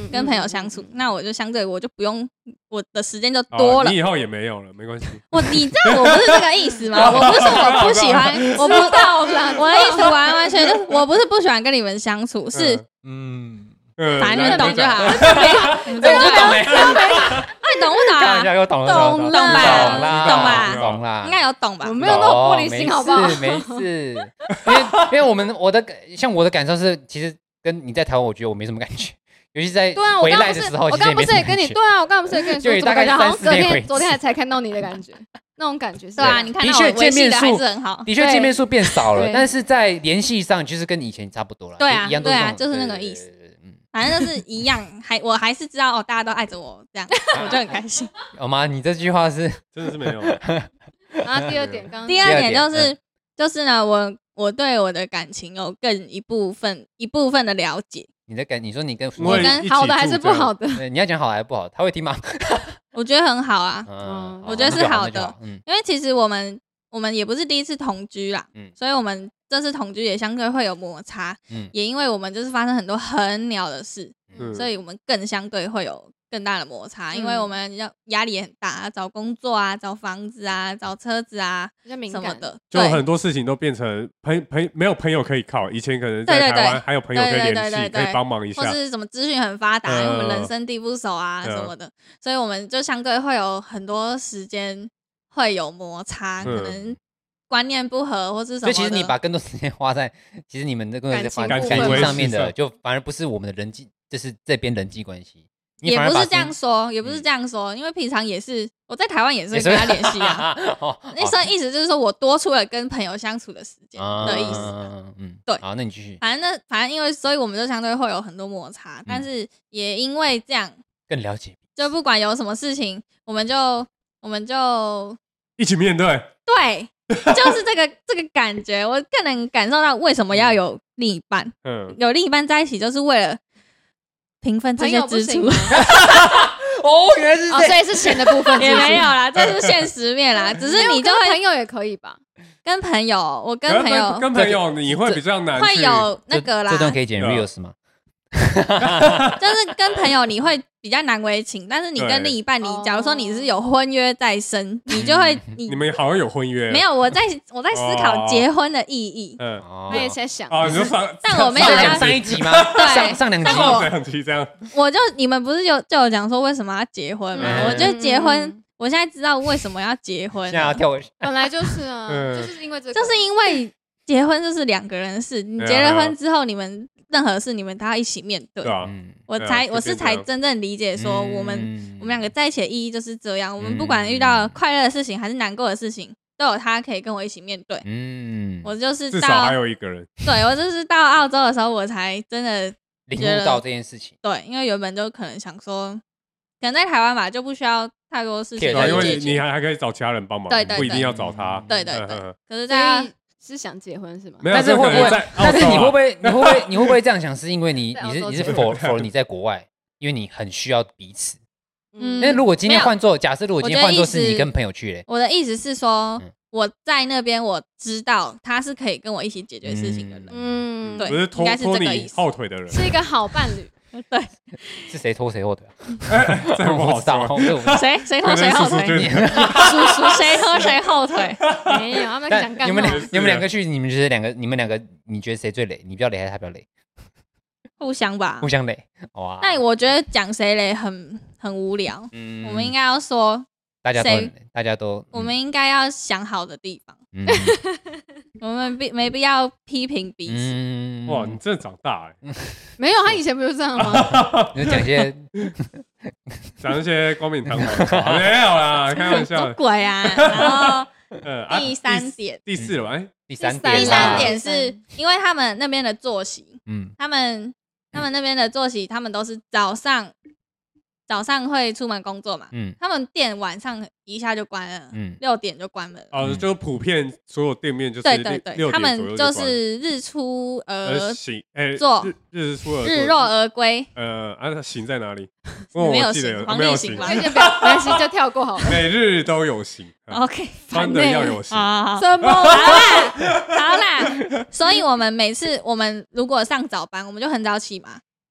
跟朋友相处，那我就相对我就不用我的时间就多了。 你以后也没有了，没关系。 你知道我不是这个意思吗？我不是说我不喜欢，我不知道啦。我的意思完全就是我不是不喜欢跟你们相处，是反正你们懂就好。你们懂就懂没？你懂不懂啊？ 懂吧？ 懂啦， 应该有懂吧？ 我没有那种玻璃心，好不好？ 没事，因为我的感受是，其实跟你在台湾，我觉得我没什么感觉，尤其在回来的时候， 我刚不是也跟你对啊，我刚不是也跟你说， 就大概好像昨天才看到你的感觉，那种感觉是。 对啊，你看到我维系的还是很好， 的确见面数变少了，但是在联系上就是跟以前差不多了。 对啊， 一样对啊，就是那个意思。反正就是一样，我还是知道大家都爱着我，这样我就很开心。 妈，你这句话是真的是没有。 然后第二点就是呢，我对我的感情有更一部分的了解。 你说你跟好的还是不好的？ 你要讲好还是不好？他会听吗？ 我觉得很好啊，我觉得是好的，因为其实我们也不是第一次同居啦，所以我们这次同居也相对会有摩擦，也因为我们就是发生很多很鸟的事，所以我们更相对会有更大的摩擦，因为我们压力也很大，找工作啊，找房子啊，找车子啊什么的， 就很多事情都变成没有朋友可以靠，以前可能在台湾还有朋友可以联系，可以帮忙一下， 或是什么资讯很发达，因为我们人生地不熟啊什么的，所以我们就相对会有很多时间会有摩擦，可能观念不合或是什么的。所以其实你把更多时间花在其实你们的感情上面的，就反而不是我们的人际，就是这边人际关系。 也不是这样说，因为平常也是我在台湾也是会跟他联系啊。那意思就是说我多出了跟朋友相处的时间的意思。对。 好，那你继续。 反正因为所以我们就相对会有很多摩擦，但是也因为这样更了解， 就不管有什么事情，我们就一起面对。 对，就是这个感觉，我更能感受到为什么要有另一半。有另一半在一起就是为了平分这些支出。 原来是所以是钱的部分也没有啦，这是现实面啦。只是你就会朋友也可以吧？ 跟朋友，我跟朋友你会比较难， 会有那个啦。 这段可以剪 reels 吗？ 就是跟朋友你会比较难为情，但是你跟另一半，你假如说你是有婚约在身，你就会你们好像有婚约？ 没有，我在思考结婚的意义。 我也在想你就但我没有上一集吗？ 对， 上 2集这样。 你们不是就有讲说为什么要结婚吗？我觉得结婚，我现在知道为什么要结婚。 现在要跳回去， 本来就是啊，就是因为这个， 就是因为结婚就是两个人的事，你结了婚之后，你们任何事你们都要一起面对。我才真正理解说我们两个在一起的意义就是这样。我们不管遇到快乐的事情还是难过的事情，都有他可以跟我一起面对。我就是至少还有一个人。 对，我就是到澳洲的时候，我才真的领悟到这件事情。 对，因为原本就可能想说，可能在台湾吧，就不需要太多事情， 因为你还可以找其他人帮忙，不一定要找他。 对。可是大家是想结婚是吗？ 但是会不会？但是你会不会这样想？是因为你是否你在国外，因为你很需要彼此。因为如果今天假设如果今天换作是你跟朋友去嘞， 我的意思是说，我在那边我知道他是可以跟我一起解决事情的人。对， 不是拖你后腿的人， 是一个好伴侣。 对， 是谁拖谁后腿这不好说。 谁拖谁后腿？叔谁拖谁后腿？ 没有，他们讲干嘛？ 你们两个去，你们觉得你觉得谁最累？你比较累还是他比较累？ 互相吧， 互相累。哇！ 那我觉得讲谁累很无聊。我们应该要说大家都， 我们应该要想好的地方。我们没必要批评彼此。 哇，你真的长大哎！ 没有，他以前不是这样吗？ 你讲一些光明堂皇的话，没有啦，开玩笑。 什么鬼啊！然后第三点， 第四了吧？ 第三点是因为他们那边的作息，他们那边的作息，他们都是早上会出门工作嘛，他们店晚上一下就关了，6点就关门了。 就普遍所有店面就是对 6点左右就关了。 他们就是日出而行， 日落而归。 行在哪里？ 没有行， 没有行， 没关系，就跳过好了。 每日都有行。 OK， 真的要有行。 什么？ 好啦。所以我们每次如果上早班，我们就很早起嘛。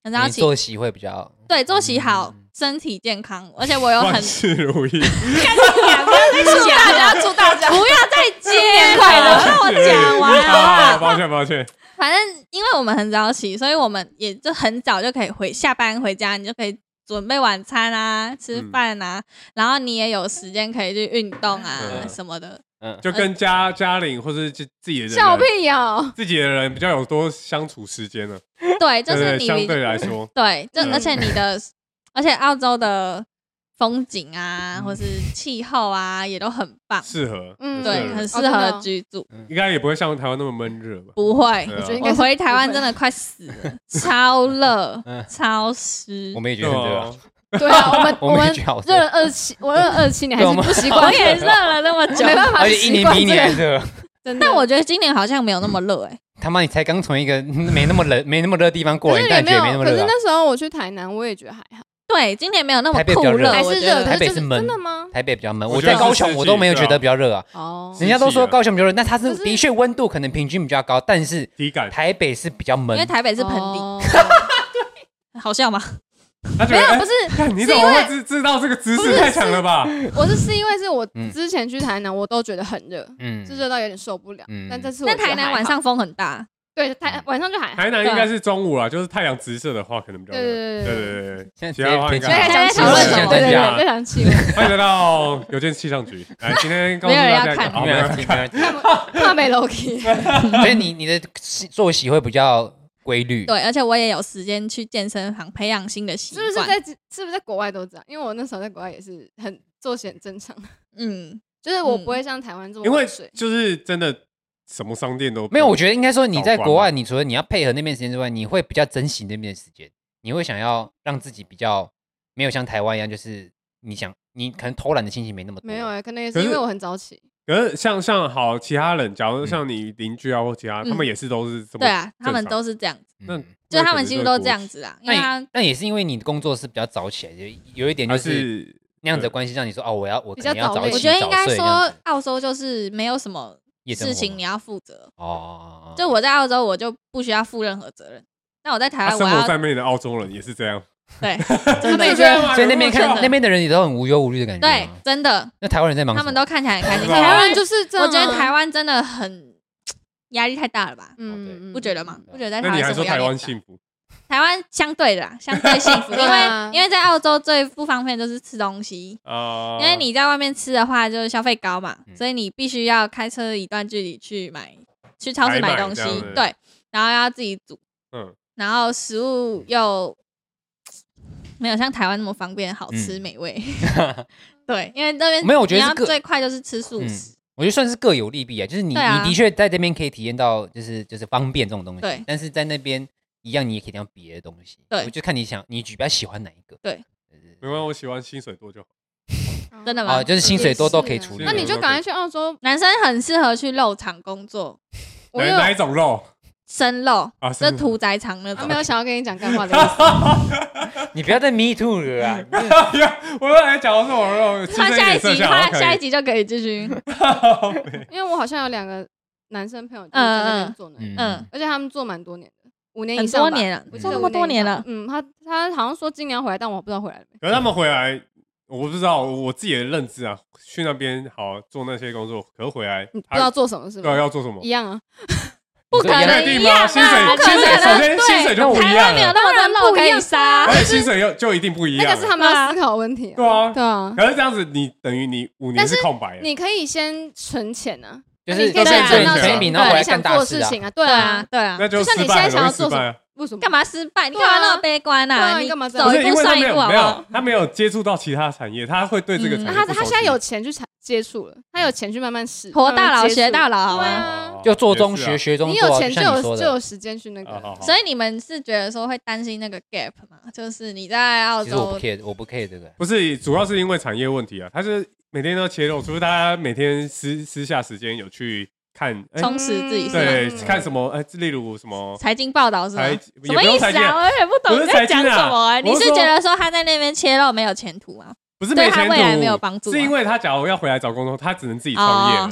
很早起， 作息会比较对，作息好，身体健康，而且我有很万事如意。 不要再讲， 祝大家不要再接了， 快乐让我讲完好，抱歉。 反正因为我们很早起，所以我们也就很早就可以下班回家，你就可以准备晚餐啊，吃饭啊，然后你也有时间可以去运动啊什么的。 就跟家庭或是自己的人笑屁哦， 自己的人比较有多相处时间了。 对，就是你相对来说， 对，而且而且澳洲的风景啊，或是气候啊，也都很棒， 适合， 对，很适合居住。 应该也不会像台湾那么闷热吧？ 不会， 我回台湾真的快死了，超热，超湿。 我们也觉得很热。 对啊，我们热了27，我热了27年还是不习惯。 我也热了那么久， 没办法， 而且一年比一年还热。 但我觉得今年好像没有那么热他妈，你才刚从一个没那么冷、没那么热的地方过来，但觉得没那么热。 可是那时候我去台南，我也觉得还好。 对，今年没有那么酷热， 还是热。 台北是闷， 真的吗？ 台北比较闷。我在高雄，我都没有觉得比较热啊。哦，人家都说高雄比较热，那它是的确温度可能平均比较高，但是体感台北是比较闷， 因为台北是盆地。好笑吗？ 没有，不是， 你怎么会知道这个知识？太强了吧！ 我是因为是我之前去台南，我都觉得很热，是热到有点受不了。但这次我台南晚上风很大， 对，晚上就还好。 台南应该是中午啦，就是太阳直射的话，可能比较热。对。 其他话应该在讨论什么？对，在讲气温。 欢迎来到有间气象局。来，今天告诉大家， 没有人看， 怕没楼梯。 所以你的作息会比较规律， 对，而且我也有时间去健身房培养新的习惯。 是不是在国外都这样？因为我那时候在国外也是很作息很正常。就是我不会像台湾这么晚睡， 因为就是真的什么商店都没有。我觉得应该说你在国外，你除了你要配合那边时间之外，你会比较珍惜那边的时间，你会想要让自己比较没有像台湾一样，就是你可能偷懒的心情没那么多。 没有可能也是因为我很早起。 可是像好其他人，假如像你邻居啊或其他，他们也是都是这么对啊，他们都是这样子， 就他们几乎都这样子啊。 那也是因为你的工作是比较早起来，有一点就是那样子的关系，让你说我可能要早起。 我觉得应该说澳洲就是没有什么事情你要负责哦。就我在澳洲，我就不需要负任何责任。那我在台湾， 生活在那边的澳洲人也是这样。 对， 真的这样。 所以那边的人也都很无忧无虑的感觉。 对，真的。 那台湾人在忙什么？ 他们都看起来很开心。 台湾人就是这样。 我觉得台湾真的很压力太大了吧？不觉得吗？不觉得在台湾？ 那你还说台湾幸福？ 台湾相对的啦，相对幸福，因为在澳洲最不方便就是吃东西因为你在外面吃的话就是消费高嘛，所以你必须要开车一段距离去超市买东西，对，然后要自己煮，然后食物又没有像台湾那么方便、好吃、美味。对，因为那边没有，我觉得最快就是吃素食。 我觉得算是各有利弊啊，就是你的确在这边可以体验到就是方便这种东西， 对， 但是在那边一样你也可以体验到别的东西。对，我就看你比较喜欢哪一个。 对， 没关系，我喜欢薪水多就好。 真的吗？ 就是薪水多都可以处理。 那你就赶快去澳洲， 男生很适合去肉场工作。 哪一种肉？ 生肉啊，就屠宰场那种。 没有想要跟你讲干话的意思。 你不要再 me too 了啊！ 我本来讲的是我肉。 换下一集就可以继续。 因为我好像有2个男生朋友在那边做而且他们做蛮多年的，5年以上吧。 很多年了，做那么多年了。 他好像说今年要回来，但我不知道回来了没。 可是他们回来，我不知道我自己的认知啊，去那边好做那些工作，可是回来不知道做什么是吗？ 对，要做什么？ 一样啊。 不可能一样啊！ 薪水薪水就不一样了。台湾没有那么多肉可以杀， 而且薪水就一定不一样。 那个是他们要思考的问题。 对啊。可是这样子，你等于你5年是空白的。 你可以先存钱啊， 就是可以先存到钱，然后回来干大事啊。对啊。 那就像你现在想要做什么？为什么？ 干嘛失败？你干嘛那么悲观啊？ 你干嘛走一步算一步好不好？ 他没有接触到其他产业，他会对这个产业他现在有钱去接触了，他有钱去慢慢试， 活大佬学大佬，好吗？ 就做中学，学中做。 你有钱就有时间去那个。 所以你们是觉得说会担心那个 gap 吗？就是你在澳洲，其实我不 care 这个。 不是，主要是因为产业问题啊，他是每天都切肉，除非大家每天私下时间有去。看充实自己， 对，看什么？例如什么财经报道是吗？ 什么意思啊？我有点不懂你在讲什么。你是觉得说他在那边切肉没有前途吗？ 不是没前途， 对他未来没有帮助。 是因为他假如要回来找工作，他只能自己创业了。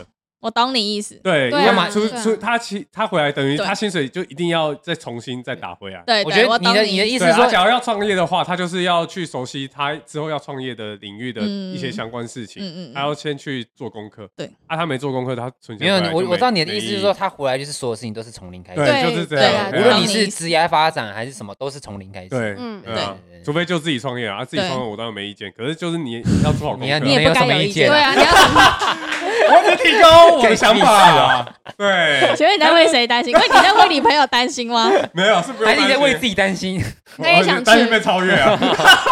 我懂你意思。 对， 对啊要么对啊他回来等于对他薪水就一定要再重新再打回来。 对， 我觉得你懂的意思对， 是说， 他假如要创业的话，他就是要去熟悉他之后要创业的领域的一些相关事情，他要先去做功课。 对， 他没做功课，他存没有钱我知道你的意思是说，他回来就是所有事情都是从零开始， 对，就是这样。 对无论你是职业发展还是什么，都是从零开始。 对， 对， 除非就自己创业啊，自己创业我当然没意见，可是就是你要做好功课。 你也不该有意见。 对啊，你要我只提供我的想法啊。对， 请问你在为谁担心？因为你在为你朋友担心吗？ 没有，是不用担心。 还是你在为自己担心？ 他也想去担心被超越啊。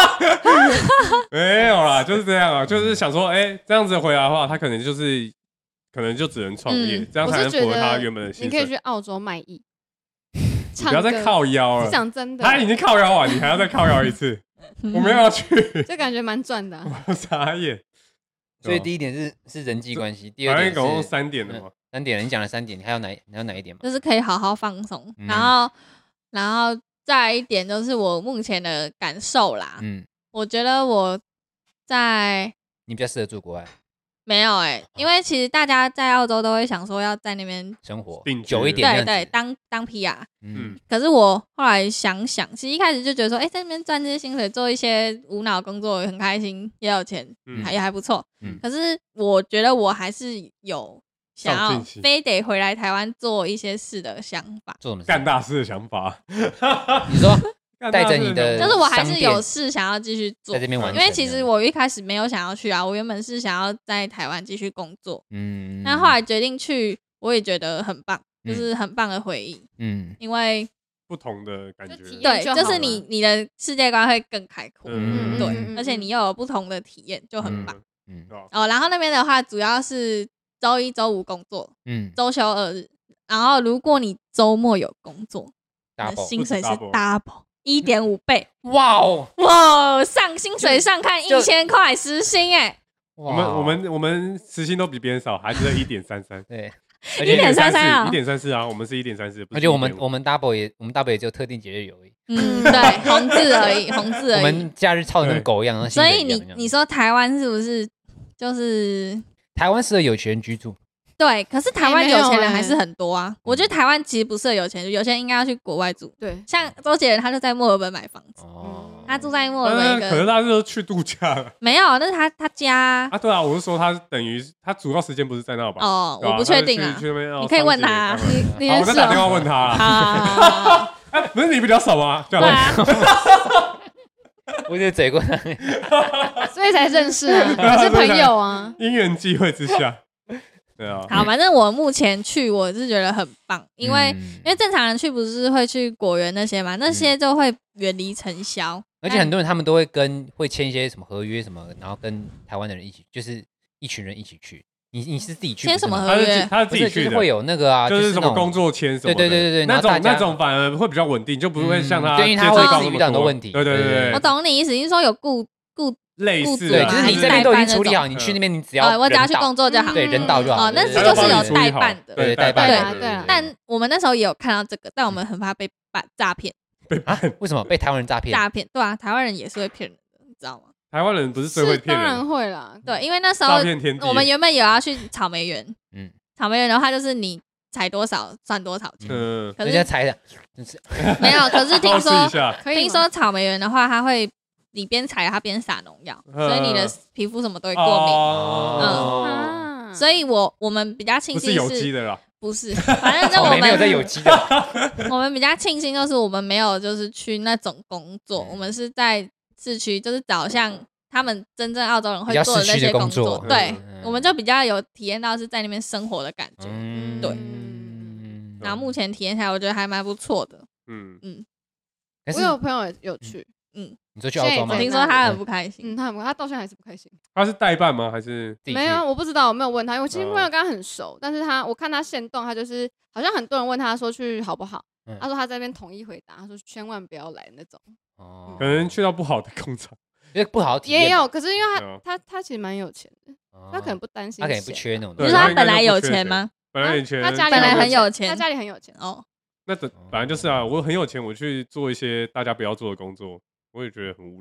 没有啦，就是这样啊，就是想说，这样子回来的话，他可能就只能创业，这样才能符合他原本的薪水。 你可以去澳洲卖艺， 不要再靠腰了。 讲真的， 他已经靠腰完，你还要再靠腰一次，我没有要去， 就感觉蛮赚的。 我傻眼。 所以第一点是人际关系，第二点是总共3点的嘛 ，3点了，你讲了3点，你还有哪一点吗？ 就是可以好好放松，然后再来一点就是我目前的感受啦。我觉得我你比较适合住国外。 没有因为其实大家在澳洲都会想说要在那边生活定久一点， 对，当 PR。 嗯， 可是我后来想想，其实一开始就觉得说，在那边赚这些薪水，做一些无脑工作，很开心，也有钱，也还不错。可是我觉得我还是有想要非得回来台湾做一些事的想法， 做什么事？ 干大事的想法。 你说带着你的， 就是我还是有事想要继续做， 在这边完成。 因为其实我一开始没有想要去啊，我原本是想要在台湾继续工作。那后来决定去，我也觉得很棒，就是很棒的回忆。因为不同的感觉， 对，就是你的世界观会更开阔，对，而且你又有不同的体验，就很棒。然后那边的话，主要是周1、周5工作，周休2日。然后如果你周末有工作，薪水是 double。1.5 倍， 哇哦哇！上薪水上看1000块时薪我们时薪都比别人少，还是1.33。 对 ，1.33啊 ，1.34啊，我们是1.34， 而且我们 double 也只有特定节日有而已。 对，红字而已，红字而已。 我们假日操的跟狗一样， 所以你说台湾是不是就是台湾适合有钱人居住？ 对，可是台湾有钱人还是很多啊。我觉得台湾其实不适合有钱人，有钱人应该要去国外住。 对， 像周杰伦他就在墨尔本买房子，他住在墨尔本一个。 可是他是去度假了。 没有，那是他家啊。对啊，我是说他等于他主要时间不是在那吧？ 哦，我不确定啊。你可以问他， 我再打电话问他。好，不是你比较少吗？对啊。 我就嘴过他， 所以才认识啊，是朋友啊， 因缘际会之下。对啊， 好，反正我目前去我是觉得很棒，因为正常人去不是会去果园那些嘛，那些就会远离尘嚣， 而且很多人他们都会签一些什么合约什么，然后跟台湾的人一起，就是一群人一起去。你是自己去签什么合约？ 他是自己去的， 会有那个啊， 就是什么工作签什么的。 对， 那种反而会比较稳定，就不会像他， 对，因为他会遇到很多问题。 对， 我懂你意思，你是说有类似， 对，就是你这边都已经处理好，你去那边你只要我只要去工作就好， 对，人到就好。 那是就是有代办的， 对，代办。 对。 但我们那时候也有看到这个，但我们很怕被诈骗。 为什么被台湾人诈骗？ 诈骗，对啊，台湾人也是会骗人的，你知道吗？ 台湾人不是最会骗人， 当然会啦。 对，因为那时候我们原本有要去草莓园，草莓园的话就是你采多少算多少钱，可是采的， 没有。可是听说草莓园的话，它会你边采它边撒农药，所以你的皮肤什么都会过敏。所以我们比较庆幸是有机的啦， 不是，反正就我们没有在有机的。 我们比较庆幸就是我们没有就是去那种工作，我们是在市区，就是找像他们真正澳洲人会做的那些工作。对，我们就比较有体验到是在那边生活的感觉。对，然后目前体验下来，我觉得还蛮不错的。 我有朋友有去， 你说去澳洲吗？ 我听说他很不开心， 他到现在还是不开心。 他是代办吗？还是没有？我不知道，我没有问他，因为我其实朋友跟他很熟，但是我看他限动，他就是好像很多人问他说去好不好，他说他在那边统一回答，他说千万不要来那种。 可能去到不好的工厂， 因为不好体验也有，可是因为他其实蛮有钱的，他可能不担心， 他可能不缺那种。 就是他本来有钱吗？ 本来有钱， 他家里本来很有钱， 他家里很有钱哦。 那本来就是啊，我很有钱，我去做一些大家不要做的工作，我也觉得很无聊。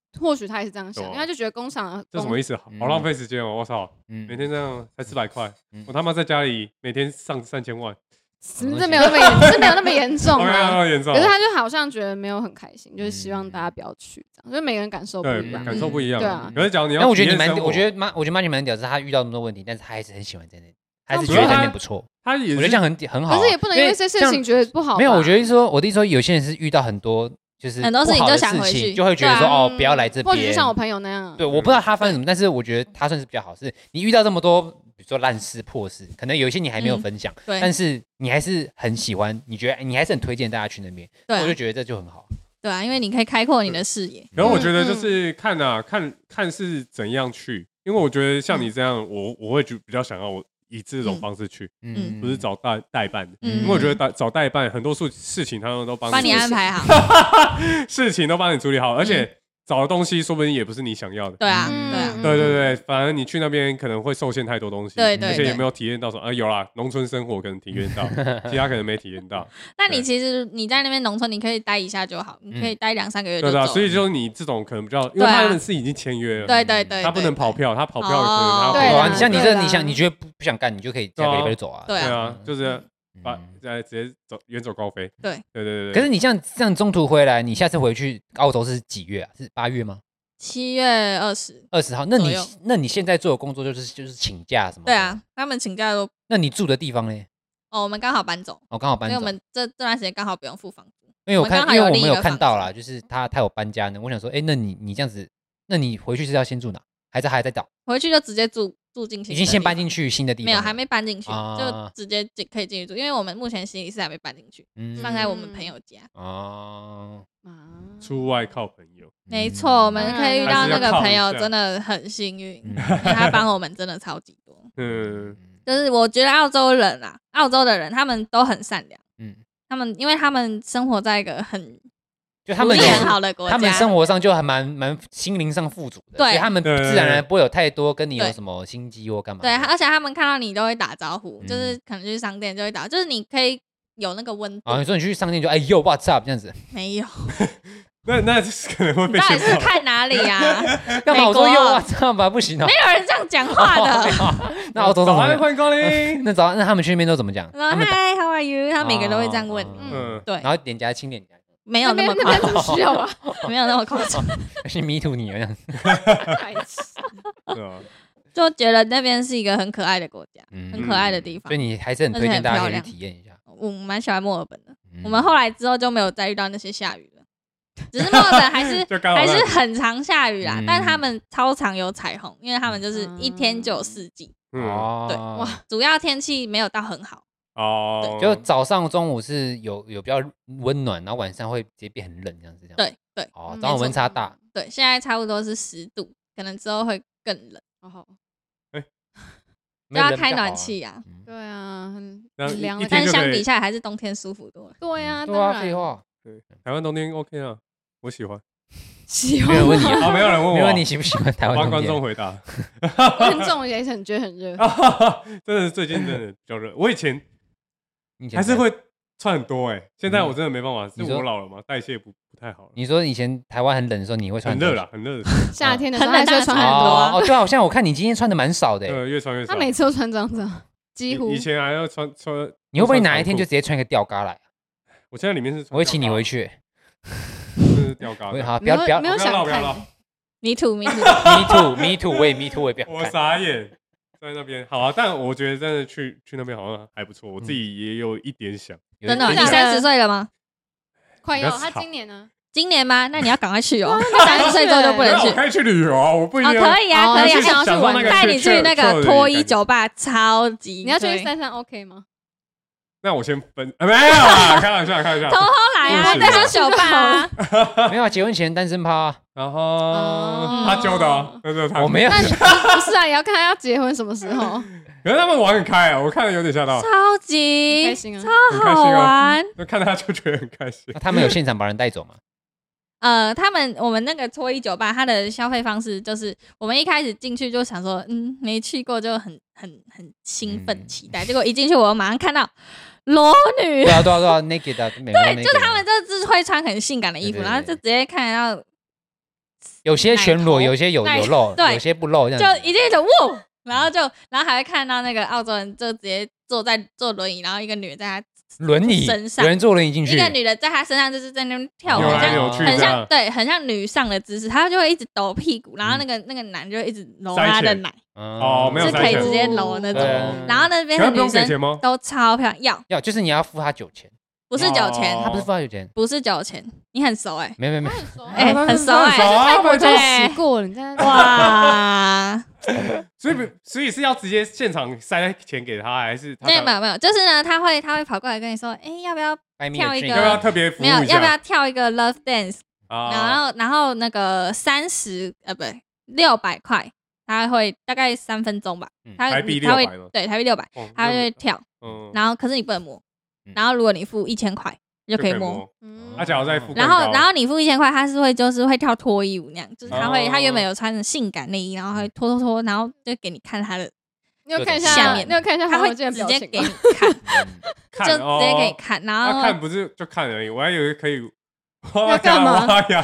或许他也是这样想，因为他就觉得工厂这什么意思？好浪费时间哦！我操，每天这样才400块，我他妈在家里每天上3000万。 这没有那么严重啊，可是他就好像觉得没有很开心，就是希望大家不要去这样，就是每个人感受不一样， 感受不一样。 对啊， 可是讲你要， 我觉得Margie蛮屌，是他遇到那么多问题，但是他还是很喜欢在那里，还是觉得在那边不错。 他也我觉得这样很好， 可是也不能因为这事情觉得不好。 没有，我觉得说，我的意思说，有些人是遇到很多就是很多事情就想回去， 就会觉得说哦，不要来这边。 或者就像我朋友那样。 对，我不知道他发生什么，但是我觉得他算是比较好。是你遇到这么多，比如说烂事破事，可能有一些你还没有分享，但是你还是很喜欢，你觉得你还是很推荐大家去那边，我就觉得这就很好。 对啊，因为你可以开阔你的视野。 然后我觉得就是看是怎样去，因为我觉得像你这样，我会比较想要以这种方式去，不是找代办的，因为我觉得找代办很多事情他们都帮你安排好， 事情都帮你处理好，而且找的东西说不定也不是你想要的。 对啊， 对，反而你去那边可能会受限太多东西， 对， 而且也没有体验到说有啦，农村生活可能体验到，其他可能没体验到。 那你其实你在那边农村，你可以待一下就好，你可以待2-3个月就走。 对啊，所以就是你这种可能比较，因为他们是已经签约了， 对， 他不能跑票，他跑票可能他对，你像你这你觉得不想干，你就可以下个礼拜就走啊。 对啊，就是直接远走高飞。对。 可是你这样中途回来，你下次回去澳洲是几月啊？是8月吗 ？7月20 号。那你现在做的工作就是请假什么？ 对啊，他们请假都。 那你住的地方呢？ 我们刚好搬走。 刚好搬走。 因为我们这段时间刚好不用付房租。 因为我们有看到啦，就是他有搬家呢。我想说，那你这样子，那你回去是要先住哪？还在找？ 回去就直接住进去。 已经先搬进去新的地方？ 没有，还没搬进去，就直接可以进去住。因为我们目前行李是还没搬进去，放在我们朋友家。 出外靠朋友。 没错，我们可以遇到那个朋友真的很幸运，他帮我们真的超级多。就是我觉得澳洲的人他们都很善良。因为他们生活在一个他们很好的国家， 他们生活上就还蛮心灵上富足的，所以他们自然而然不会有太多跟你有什么心机或干嘛。 对，而且他们看到你都会打招呼，就是可能去商店就会打，就是你可以有那个温度。 你说你去商店就yo what's up 这样子？ 没有。 那可能会被。 到底是看哪里啊？ 干嘛我说yo what's up 吧？不行啊， 没有人这样讲话的。 那澳洲早安，欢迎光临。 那他们去那边都怎么讲 ？Hi, how are you？ 他每个人都会这样问你。对。 然后亲脸颊。 没有那么夸张，需要吧？没有那么夸张。 是迷途你这样。 就觉得那边是一个很可爱的国家，很可爱的地方。 所以你还是很推荐大家可以去体验一下。 我蛮喜欢墨尔本的。我们后来之后就没有再遇到那些下雨了，只是墨尔本还是很常下雨啦。但他们超常有彩虹，因为他们就是一天就有4季。对，哇，主要天气没有到很好。 就早上、中午是有比较温暖，然后晚上会直接变很冷，这样子。 对。 早上温差大。 对，现在差不多是10度，可能之后会更冷。就要开暖气啊。 对啊，很凉， 但相比下来还是冬天舒服多了。 对啊， 废话。 对，台湾冬天 OK 啊，我喜欢。 没有人问你啊，没有人问我， 没有你喜不喜欢台湾冬天？ 帮观众回答。 观众也很觉得很热。 真的是最近真的比较热。我以前还是会穿很多现在我真的没办法，是我老了嘛，代谢不太好了。 你说以前台湾很冷的时候，你会穿很热啦，很热。 夏天的时候还是会穿很多。 对啊，好像我看你今天穿的蛮少的。 越穿越少。 他每次都穿这样子，几乎。 以前还要穿。 你会不会哪一天就直接穿一个吊嘎来？ 我现在里面是。 我会请你回去。 是吊嘎。 好，不要唠。 Me too， 我也 me too， 我也不要。 我傻眼。在那边好啊，但我觉得真的去那边好像还不错，我自己也有一点想。 真的，你30岁了吗？ 快要，他今年呢？ 今年吗？那你要赶快去哦。30岁之后就不能去。 我可以去旅游啊，我不一定。 可以啊， 想要去玩， 带你去那个脱衣酒吧，超级。 你要去33 OK 吗？ 那我先分，没有啊，开玩笑。 偷偷来啊，那是酒吧啊。 没有啊，结婚前单身趴， 然后他揪的哦， 我没有。 不是啊，也要看他要结婚什么时候。 可是他们玩很开啊，我看了有点吓到。 超级开心啊， 超好玩。 就看他就觉得很开心。 他们有现场把人带走吗？ 我们那个脱衣酒吧，它的消费方式就是，我们一开始进去就想说，没去过就很兴奋期待，结果一进去我马上看到裸女。 对啊 ，naked 的， 对，就是他们就是会穿很性感的衣服，然后就直接看到有些全裸，有些有露， 对， 有些不露，这样就一定的哇，然后还会看到那个澳洲人就直接坐轮椅，然后一个女的在他轮椅身上， 有人坐轮椅进去， 一个女的在他身上就是在那边跳舞， 很像对，很像女上的姿势，她就会一直抖屁股，然后那个男就会一直揉她的奶， 没有是可以直接揉那种，然后那边的女生都超漂亮， 要就是你要付他酒钱。 不是酒钱， 他不是付他酒钱， 不是酒钱，你很熟哎， 没， 很熟哎， 泰国就洗过了，你在哇， 所以是要直接现场塞钱给他，还是没有，就是呢，他会跑过来跟你说，要不要跳一个， 要不要特别服务一下， 没有，要不要跳一个 love dance，然后那个600块，他会大概3分钟吧， 台币600吗？ 对，台币600，他会跳，然后可是你不能摸。然后如果你付1000块就可以摸， 假如再付， 然后你付1000块，他是会跳脱衣舞那样，就是他原本有穿着性感内衣，然后他会脱，然后就给你看他的， 你有看一下下面， 他会直接给你看，就直接给你看，然后看不是就看而已，我还以为可以要干嘛？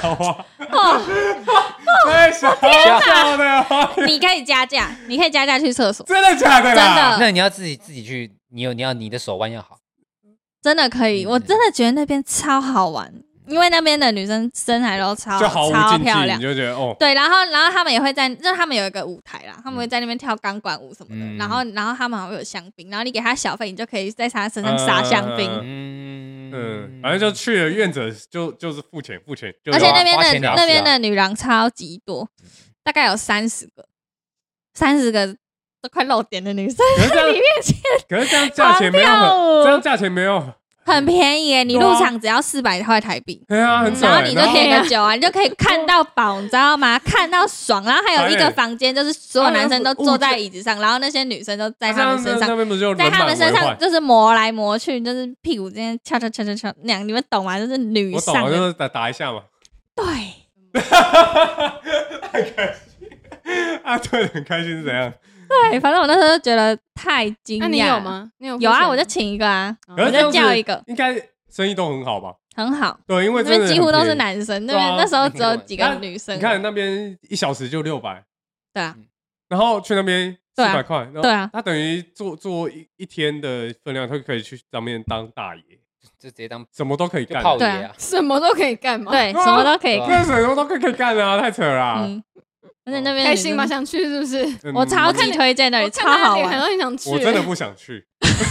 太小的， 你可以加价去厕所， 真的假的？ 真的， 那你要自己去，你的手腕要好。 真的可以，我真的觉得那边超好玩，因为那边的女生身材都超漂亮， 你就觉得对，然后他们也会在，就是他们有一个舞台啦，他们会在那边跳钢管舞什么的，然后他们还会有香槟，然后你给他小费，你就可以在他身上撒香槟， 反正就去了愿者就是付钱， 而且那边的女郎超级多，大概有30个。都快露点的女生在你面前， 可是这样价钱没有很便宜耶，你入场只要400块台币， 对啊，很然后你就点个酒啊，你就可以看到饱，你知道吗？看到爽，然后还有一个房间，就是所有男生都坐在椅子上，然后那些女生都在他们身上，在他们身上就是磨来磨去，就是屁股这边敲那样，你们懂吗？就是女上， 我懂，就是打一下嘛。 对， 太开心啊！对，很开心是怎样？ 对，反正我那时候就觉得太惊讶。 那你有吗？ 有啊，我就请一个啊，我就叫一个。 应该生意都很好吧？ 很好。 对，因为那边几乎都是男生，那时候只有几个女生。 你看那边1小时就600。 对啊。 然后去那边400块。 对啊。 他等于做一天的分量，他可以去上面当大爷， 就直接当什么都可以干。 泡爷啊， 什么都可以干嘛？ 对，什么都可以干。 什么都可以干啊，太扯了。 而且那边开心吗？想去是不是？ 我超级推荐的，超好玩， 很想去。 我真的不想去。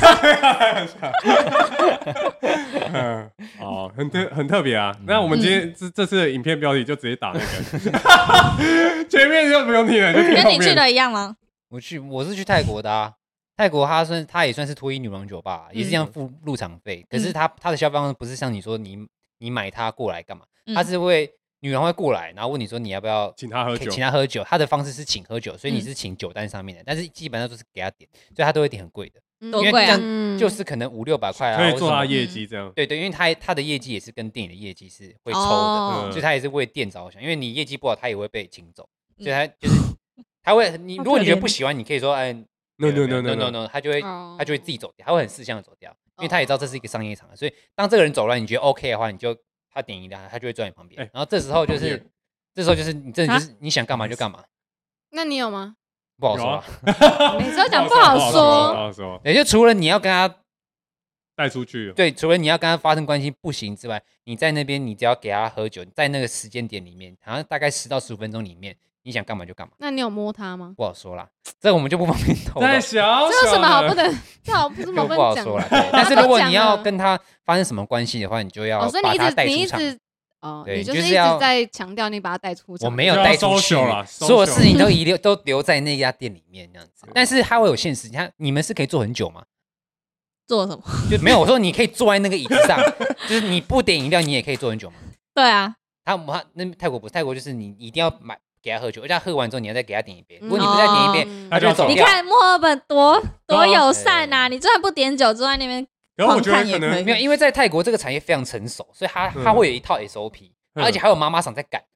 很特别啊。那我们今天这次的影片标题就直接打那个，前面就不用听了，就听后面。 跟你去的一样吗？ 我是去泰国的啊。泰国它也算是脱衣女郎酒吧，也是这样付入场费。可是它的消费方式不是像你说你买它过来干嘛？它是会。女人会过来，然后问你说你要不要请她喝酒，她的方式是请喝酒，所以你是请酒单上面的，但是基本上都是给她点，所以她都会点很贵的，因为这样就是可能500-600块啊， 可以做她业绩这样。 对，因为她的业绩也是跟店里的业绩是会抽的，所以她也是为店着想，因为你业绩不好，她也会被请走，所以她会如果你觉得不喜欢，你可以说no， 她就会自己走掉，她会很识相的走掉，因为她也知道这是一个商业场，所以当这个人走了，你觉得 OK 的话，你就。他点饮料，他就会坐在你旁边，然后这时候就是你真的就是你想干嘛就干嘛。 那你有吗？ 不好说， 每次都讲不好说。 也就除了你要跟他带出去， 对，除了你要跟他发生关系不行之外，你在那边你只要给他喝酒，在那个时间点里面，好像大概10到15分钟里面，你想干嘛就干嘛。 那你有摸他吗？ 不好说啦，这我们就不方便透露。 太小， 这有什么好不能？这好不是不好说啦。但是如果你要跟他发生什么关系的话，你就要把他带出场。 你就是一直在强调你把他带出场。 我没有带出去，所有事情都留在那家店里面这样子。但是他会有限时，你们是可以坐很久吗？ 做什么？ 就没有，我说你可以坐在那个椅子上，就是你不点饮料，你也可以坐很久吗？ 对啊， 那泰国不是，泰国就是你一定要给他喝酒，而且他喝完之后你要再给他点一杯。如果你不再点一杯，他就走掉。 你看墨尔本多友善啊！你就算不点酒，坐在那边狂看也可以。 没有，因为在泰国这个产业非常成熟，所以他会有一套 SOP，而且还有妈妈桑在赶。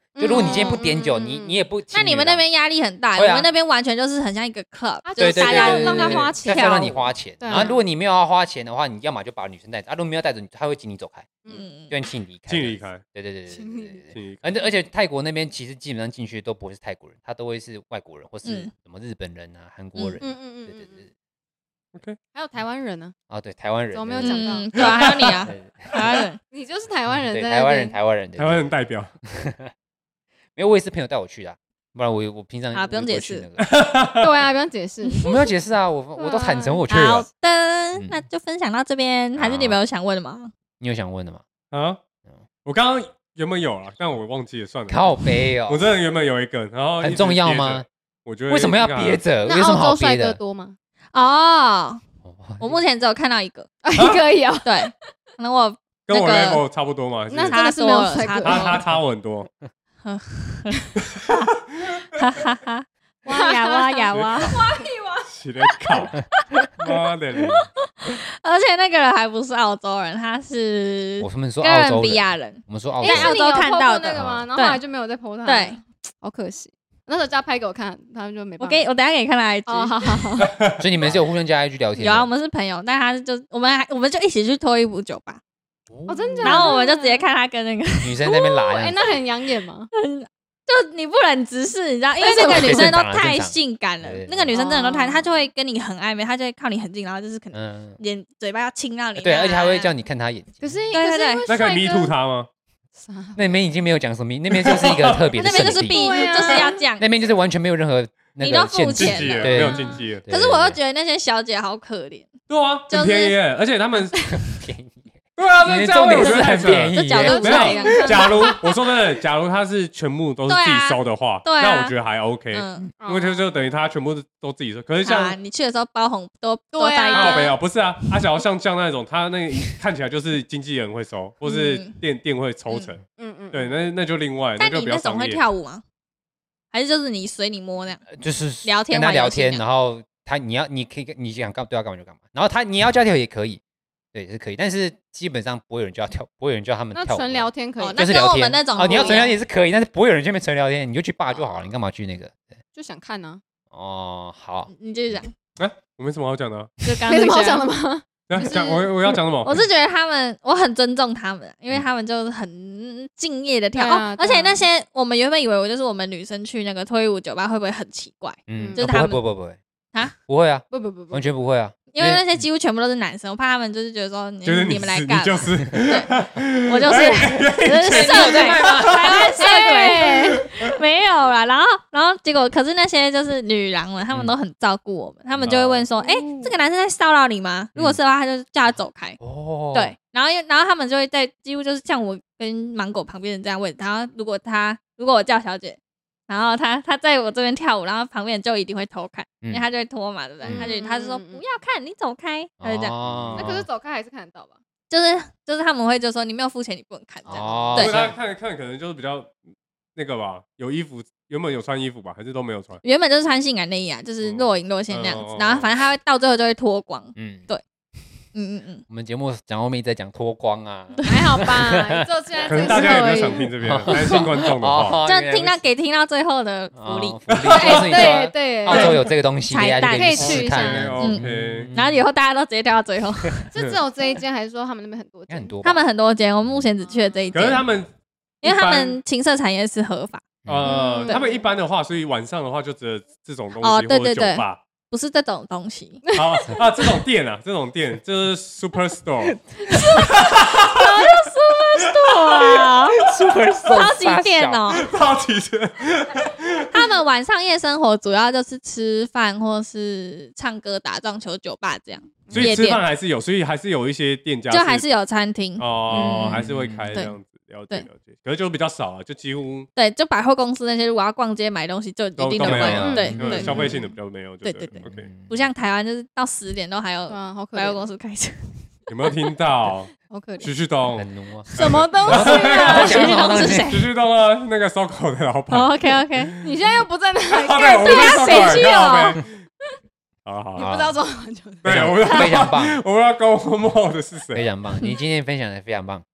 就如果你今天不点酒，你也不， 那你们那边压力很大，我们那边完全就是很像一个 club， 就是大家让他花钱， 要让你花钱。然后如果你没有要花钱的话，你要么就把女生带着，如果没有带着，他会请你走开，就让请你离开，对。而且泰国那边其实基本上进去都不会是泰国人，他都会是外国人或是什么日本人啊、韩国人，对。 OK， 还有台湾人呢？ 啊，对，台湾人， 我没有讲到， 对啊，还有你啊，台湾人， 你就是台湾人， 对，台湾人代表。 没有，我也是朋友带我去的，不然我平常不用解释， 对啊，不用解释， 我没有解释啊，我都坦诚我去了。 好的，那就分享到这边，还是你们有想问的吗？ 你有想问的吗？ 啊，我刚刚原本有了，但我忘记了，算了。 靠北哦， 我真的原本有一个，然后很重要吗？ 我觉得为什么要憋着？ 那澳洲帅哥多吗？ 哦，我目前只有看到一个， 可以哦。 对，可能我跟我 level 差不多嘛， 那真的是没有帅哥， 他差我很多。 哈哈哈！哇呀！ 起来靠！妈的！ 而且那个人还不是澳洲人，他是我们说哥伦比亚人。 我们说澳洲看到的那个吗？然后后来就没有再 po 他。 对， 好可惜。那时候叫拍给我看，他们就没办法。我等下给你看他 IG。 哦，好。 所以你们是有互相加 IG 聊天？ 有啊，我们是朋友，但他就我们就一起去脱衣服酒吧。 哦，真的。 然后我们就直接看他跟那个女生在那边拉。 那很养眼吗？ 就你不忍直视，你知道，因为那个女生都太性感了，那个女生真的都太，她就会跟你很暧昧，她就会靠你很近，然后就是可能脸嘴巴要亲到你。 对，而且还会叫你看她眼睛。 可是对， 那可以迷吐他吗？ 那边已经没有讲什么，那边就是一个特别的圣地， 那边就是要这样， 那边就是完全没有任何你都付钱了，没有禁忌了。 可是我又觉得那些小姐好可怜。 对啊，很便宜，而且他们便宜。 对啊，这样我觉得很便宜。 没有，假如我说真的，假如他是全部都是自己收的话，那我觉得还 OK，因为就等于他全部都自己收。可是像你去的时候包红多带一点，不是啊，假如像那种，他那看起来就是经纪人会收，或是店会抽成，对，那就另外。 但你那种会跳舞吗？还是就是你随你摸那样？ 就是聊天， 跟他聊天，然后你可以你想对他干嘛就干嘛，然后你要教跳也可以。对，是可以，但是基本上不会有人叫他跳，不会有人叫他们跳。 那纯聊天可以， 就是聊天那种哦。你要纯聊天也是可以，但是不会有人去那边纯聊天，你就去爸就好了，你干嘛去那个？ 就想看呢。 哦，好， 你继续讲。 我没什么好讲的。 就刚刚没什么好讲的吗？ 我要讲什么？ 我是觉得我很尊重他们，因为他们就是很敬业的跳。而且那些我们原本以为就是我们女生去那个脱衣舞酒吧会不会很奇怪？就是他们不会啊， 不会啊， 不， 完全不会啊。 因为那些几乎全部都是男生，我怕他们就是觉得说你们来干， 就是， 我就是色鬼，台湾色鬼，没有啦。然后结果，可是那些就是女郎们，他们都很照顾我们，他们就会问说，这个男生在骚扰你吗？如果是的话，他就叫他走开。哦，对，然后他们就会在几乎就是像我跟芒果旁边的这样位置，然后如果我叫小姐。然后他在我这边跳舞，然后旁边就一定会偷看，因为他就会拖嘛，对不对？他就说不要看，你走开，他就这样。 那可是走开还是看得到吧？ 就是他们会就说你没有付钱，你不能看这样。对， 他看可能就是比较那个吧，有衣服原本有穿衣服吧，还是都没有穿？ 原本就是穿性感内衣啊，就是若隐若现那样子。然后反正他会到最后就会脱光。对。 我们节目讲后面一直在讲脱光啊， 还好吧？就现在可能大家也没有想听这边，担心观众的话， 就听到最后的福利。 对， 澳洲有这个东西， 彩蛋可以去一下。 然后以后大家都直接跳到最后。 就只有这一间，还是说他们那边很多间？ 很多， 他们很多间，我们目前只去了这一间。 可是他们， 因为他们情色产业是合法。 他们一般的话，所以晚上的话就只有这种东西，或者酒吧。 不是这种东西这种店啊，这种店就是 Superstore， Superstore 超级店哦， 超级店。 他们晚上夜生活主要就是吃饭或是唱歌、打撞球、酒吧这样。 所以吃饭还是有，所以还是有一些店家就还是有餐厅还是会开这样子。了解，可是就比较少啊，就几乎对，就百货公司那些如果要逛街买东西，就一定都没有，对， 消费性的比较没有， 对，OK， 不像台湾就是到10点都还有百货公司开着。 有没有听到？ 好可怜， 徐旭东， 什么东西啊？徐旭东是谁？ 徐旭东啊，那个搜狗的老板。 OK， 你现在又不在那里， 对啊，谁去了？ 好， 你不知道中文就对，我不知道非常棒， 我不知道高莫的是谁， 非常棒，你今天分享的非常棒。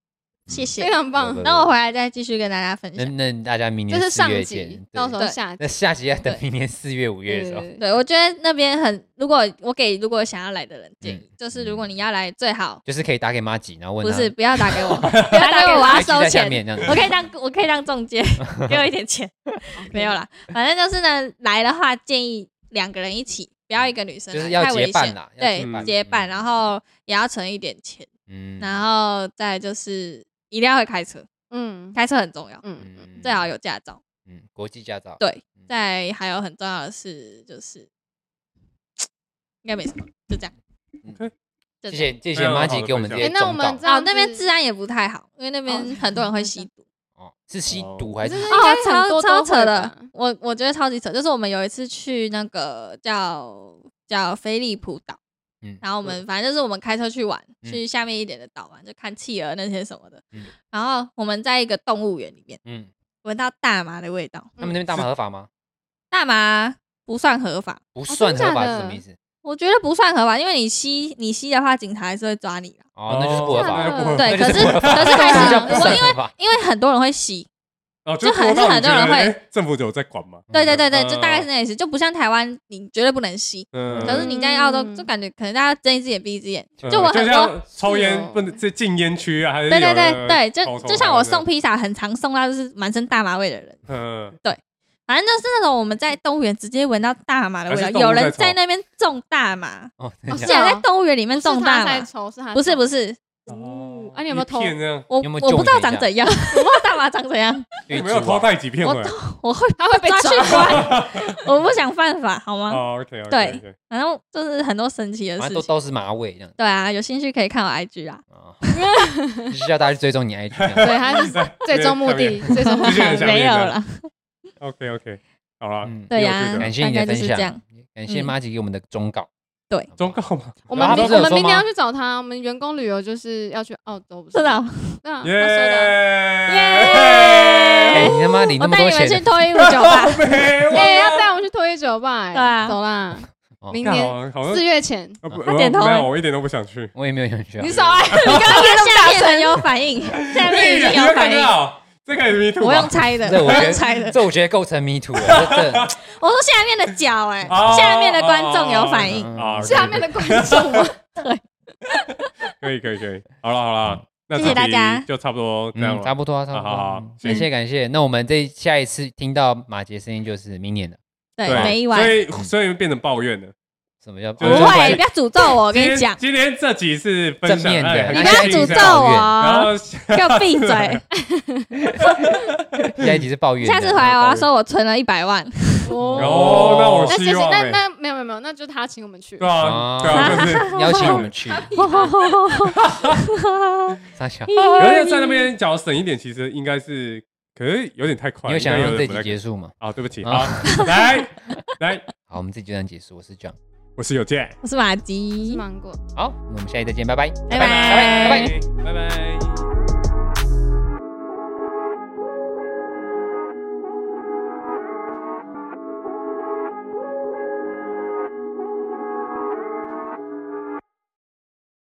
谢谢， 非常棒。 那我回来再继续跟大家分享。 那大家明年4月见， 到时候下集。 那下集要等明年4月、5月的时候。 对，我觉得那边如果想要来的人建议，就是如果你要来，最好就是可以打给妈吉，然后问他。 不是，不要打给我，不要打给我，我要收钱。我可以当中介，给我一点钱。没有啦，反正就是呢，来的话建议2个人一起，不要一个女生， 就是要结伴啦。 对，结伴，然后也要存一点钱。然后再就是一定要会开车，开车很重要，最好有驾照， 国际驾照。 对，再还有很重要的是就是应该没什么，就这样。 谢谢妈吉给我们这些忠告。 那我们那边治安也不太好，因为那边很多人会吸毒。 是吸毒还是？ 超扯的，我觉得超级扯。就是我们有一次去那个叫菲利普岛。然后我们反正就是我们开车去玩，去下面一点的岛玩，就看企鹅那些什么的。然后我们在一个动物园里面，闻到大麻的味道。 他们那边大麻合法吗？ 大麻不算合法。 不算合法是什么意思？ 我觉得不算合法，因为你吸的话，警察还是会抓你的。 那就是不合法。 对，可是还是因为很多人会吸。就很多人会， 政府有在管吗？ 对，就大概是那意思，就不像台湾，你绝对不能吸。可是你在澳洲，就感觉可能大家睁一只眼闭一只眼。就我很多抽烟不能在禁烟区啊，还是对，就像我送披萨，很常送到就是满身大麻味的人。对，反正就是那种我们在动物园直接闻到大麻的味道，有人在那边种大麻，竟然在动物园里面种大麻，不是。 你有没有偷？ 我不知道长怎样，我不知道大麻长怎样。 有没有偷带几片？ 他会被抓去关，我不想犯法，好吗 ？OK， 对，反正就是很多神奇的事情， 都是马尾这样。 对啊，有兴趣可以看我 IG 啦。 需要大家去追踪你 IG。 对，他是最终目的， 没有了。 OK， 好了。 对呀， 感谢你的分享，感谢妈吉给我们的忠告。 对， 忠告嘛， 我们明天要去找他。我们员工旅游就是要去澳洲，不是？ 真的？ 对啊，他说的。 你他妈领那么多钱？ 我带你们去脱衣舞酒吧。 要带我们去脱衣酒吧。 对啊， 走啦。明年4月前。 他点头。 没有，我一点都不想去。 我也没有想去。 你少来！ 你刚刚下面很有反应，下面已经有反应。 这个也是 me too， 我用猜的， 这我觉得构成 me too 了。 我说下面的脚，下面的观众有反应， 下面的观众吗？ 对， 可以，好了，那谢谢大家， 就差不多这样了， 差不多， 好， 感谢。那我们下一次听到马杰声音就是明年的， 对，每一晚， 所以变成抱怨了。 什么叫不会？不要诅咒我！我跟你讲， 今天这集是正面的， 你不要诅咒我， 然后给我闭嘴。 下一集是抱怨， 下次回来我要说我存了100万。 那我希望那没有，那就他请我们去。 对啊，就是邀请我们去。傻笑， 有人在那边只要省一点，其实应该是，可是有点太快。 你有想让这集结束吗？ 对不起，好，来， 好，我们这集就这样结束。我是 John。 我是有健， 我是马吉， 我是芒果。 好，那我们下期再见，拜拜， 拜拜。